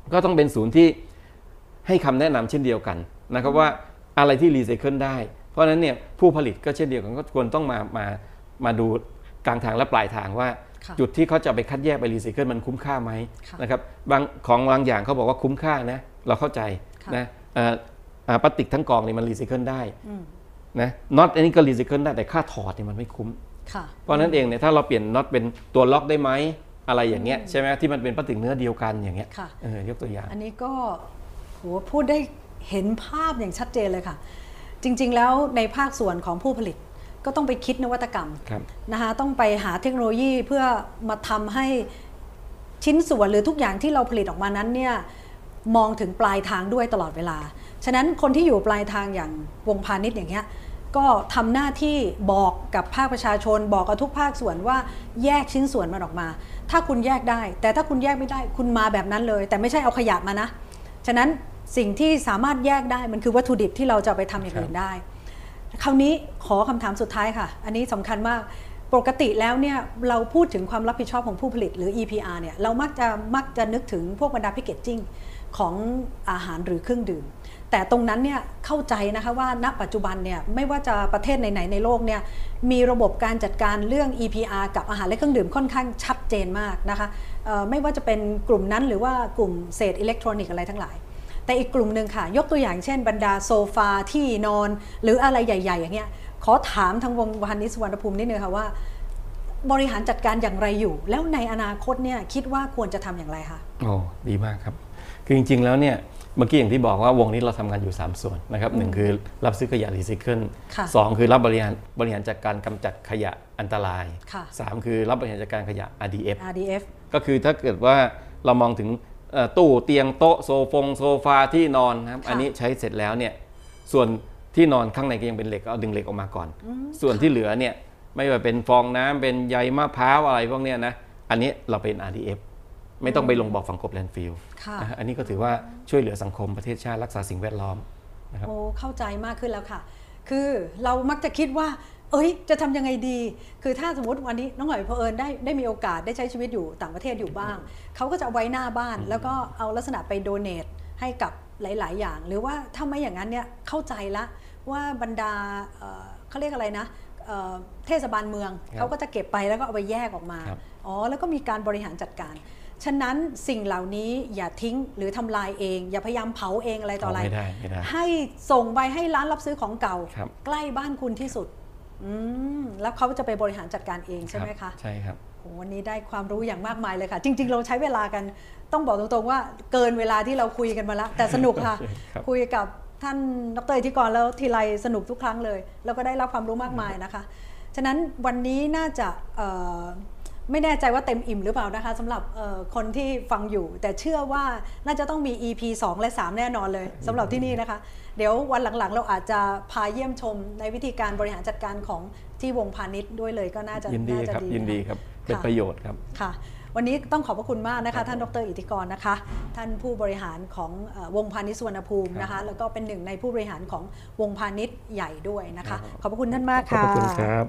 ก็ต้องเป็นศูนย์ที่ให้คำแนะนำเช่นเดียวกันนะครับว่าอะไรที่รีไซเคิลได้เพราะฉะนั้นเนี่ยผู้ผลิตก็เช่นเดียวกันก็ควรต้องมาดูกลางทางและปลายทางว่าจุดที่เขาจะไปคัดแยกไปรีไซเคิลมันคุ้มค่าไหมนะครับบางอย่างเขาบอกว่าคุ้มค่านะเราเข้าใจนะพลาสติกทั้งกองนี่มันรีไซเคิลได้นะน็อตอันนี้ก็รีไซเคิลได้แต่ค่าถอดเนี่ยมันไม่คุ้มเพราะนั้นเองเนี่ยถ้าเราเปลี่ยนน็อตเป็นตัวล็อกได้ไหมอะไรอย่างเงี้ยใช่ไหมที่มันเป็นพลาสติกเนื้อเดียวกันอย่างเงี้ยยกตัวอย่างอันนี้ก็โหพูดได้เห็นภาพอย่างชัดเจนเลยค่ะจริงๆแล้วในภาคส่วนของผู้ผลิตก็ต้องไปคิดนวัตกรรมนะคะต้องไปหาเทคโนโลยีเพื่อมาทำให้ชิ้นส่วนหรือทุกอย่างที่เราผลิตออกมานั้นเนี่ยมองถึงปลายทางด้วยตลอดเวลาฉะนั้นคนที่อยู่ปลายทางอย่างวงพาณิชย์อย่างเงี้ยก็ทำหน้าที่บอกกับภาคประชาชนบอกกับทุกภาคส่วนว่าแยกชิ้นส่วนมันออกมาถ้าคุณแยกได้แต่ถ้าคุณแยกไม่ได้คุณมาแบบนั้นเลยแต่ไม่ใช่เอาขยะมานะฉะนั้นสิ่งที่สามารถแยกได้มันคือวัตถุดิบที่เราจะไปทำอย่างอื่นได้คราวนี้ขอคำถามสุดท้ายค่ะอันนี้สำคัญมากปกติแล้วเนี่ยเราพูดถึงความรับผิดชอบของผู้ผลิตหรือ EPR เนี่ยเรามักจะนึกถึงพวกบรรดาแพคเกจจิ้งของอาหารหรือเครื่องดื่มแต่ตรงนั้นเนี่ยเข้าใจนะคะว่าณปัจจุบันเนี่ยไม่ว่าจะประเทศไหนๆในโลกเนี่ยมีระบบการจัดการเรื่อง EPR กับอาหารและเครื่องดื่มค่อนข้างชัดเจนมากนะคะไม่ว่าจะเป็นกลุ่มนั้นหรือว่ากลุ่มเศษอิเล็กทรอนิกส์อะไรทั้งหลายแต่อีกกลุ่มหนึ่งค่ะยกตัวอย่างเช่นบรรดาโซฟาที่นอนหรืออะไรใหญ่ๆอย่างเงี้ยขอถามทางวงพาณิชย์สุวรรณภูมินิดนึงค่ะว่าบริหารจัดการอย่างไรอยู่แล้วในอนาคตเนี่ยคิดว่าควรจะทำอย่างไรคะดีมากครับคือจริงๆแล้วเนี่ยเมื่อกี้อย่างที่บอกว่าวงนี้เราทำงานอยู่3ส่วนนะครับ1คือรับซื้อขยะรีไซเคิล2คือรับบริหารจัดการกำจัดขยะอันตราย3คือรับบริหารจัดการขยะ RDF ก็คือถ้าเกิดว่าเรามองถึงตู้เตียงโต๊ะโซฟาที่นอนนะครับอันนี้ใช้เสร็จแล้วเนี่ยส่วนที่นอนข้างในก็ยังเป็นเหล็กก็เอาดึงเหล็กออกมาก่อนส่วนที่เหลือเนี่ยไม่ว่าเป็นฟองน้ำเป็นใยมะพร้าวอะไรพวกนี้นะอันนี้เราเป็น RDF ไม่ต้องไปลงบ่อฝังกลบแลนด์ฟิลอันนี้ก็ถือว่าช่วยเหลือสังคมประเทศชาติรักษาสิ่งแวดล้อมนะครับเข้าใจมากขึ้นแล้วค่ะคือเรามักจะคิดว่าจะทำยังไงดีคือถ้าสมมติวันนี้น้องหน่อยเผอิญได้มีโอกาสได้ใช้ชีวิตอยู่ต่างประเทศอยู่บ้างเขาก็จะเอาไว้หน้าบ้านแล้วก็เอาลักษณะไปโดเนทให้กับหลายๆอย่างหรือว่าถ้าไม่อย่างนั้นเนี่ยเข้าใจละว่าบรรดาเขาเรียกอะไรนะเทศบาลเมืองเขาก็จะเก็บไปแล้วก็เอาไปแยกออกมาแล้วก็มีการบริหารจัดการฉะนั้นสิ่งเหล่านี้อย่าทิ้งหรือทำลายเองอย่าพยายามเผาเองอะไรต่ออะไรให้ส่งไปให้ร้านรับซื้อของเก่าใกล้บ้านคุณที่สุดแล้วเขาจะไปบริหารจัดการเองใช่ไหมคะใช่ครับวันนี้ได้ความรู้อย่างมากมายเลยค่ะจริงๆเราใช้เวลากันต้องบอกตรงๆว่าเกินเวลาที่เราคุยกันมาแล้วแต่สนุกค่ะ คุยกับท่านดร.อิทธิกรแล้วทีไรสนุกทุกครั้งเลยแล้วก็ได้รับความรู้มากมายนะคะฉะนั้นวันนี้น่าจะไม่แน่ใจว่าเต็มอิ่มหรือเปล่านะคะสำหรับคนที่ฟังอยู่แต่เชื่อว่าน่าจะต้องมี EP 2 และ 3 แน่นอนเลยสำหรับที่นี่นะคะเดี๋ยววันหลังๆเราอาจจะพาเยี่ยมชมในวิธีการบริหารจัดการของที่วงพาณิชย์ด้วยเลยก็น่าจะยินดีครับยินดีครับเป็นประโยชน์ครับค่ะวันนี้ต้องขอบพระคุณมากนะคะท่านดร.อิทธิกรนะคะท่านผู้บริหารของวงพาณิชย์สุวรรณภูมินะคะแล้วก็เป็นหนึ่งในผู้บริหารของวงพาณิชย์ใหญ่ด้วยนะคะขอบพระคุณท่านมากค่ะขอบคุณครับ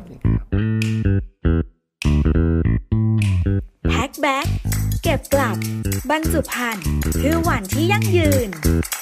แพ็คแบ็คเก็บกลับบรรจุภัณฑ์คือหวานที่ยั่งยืน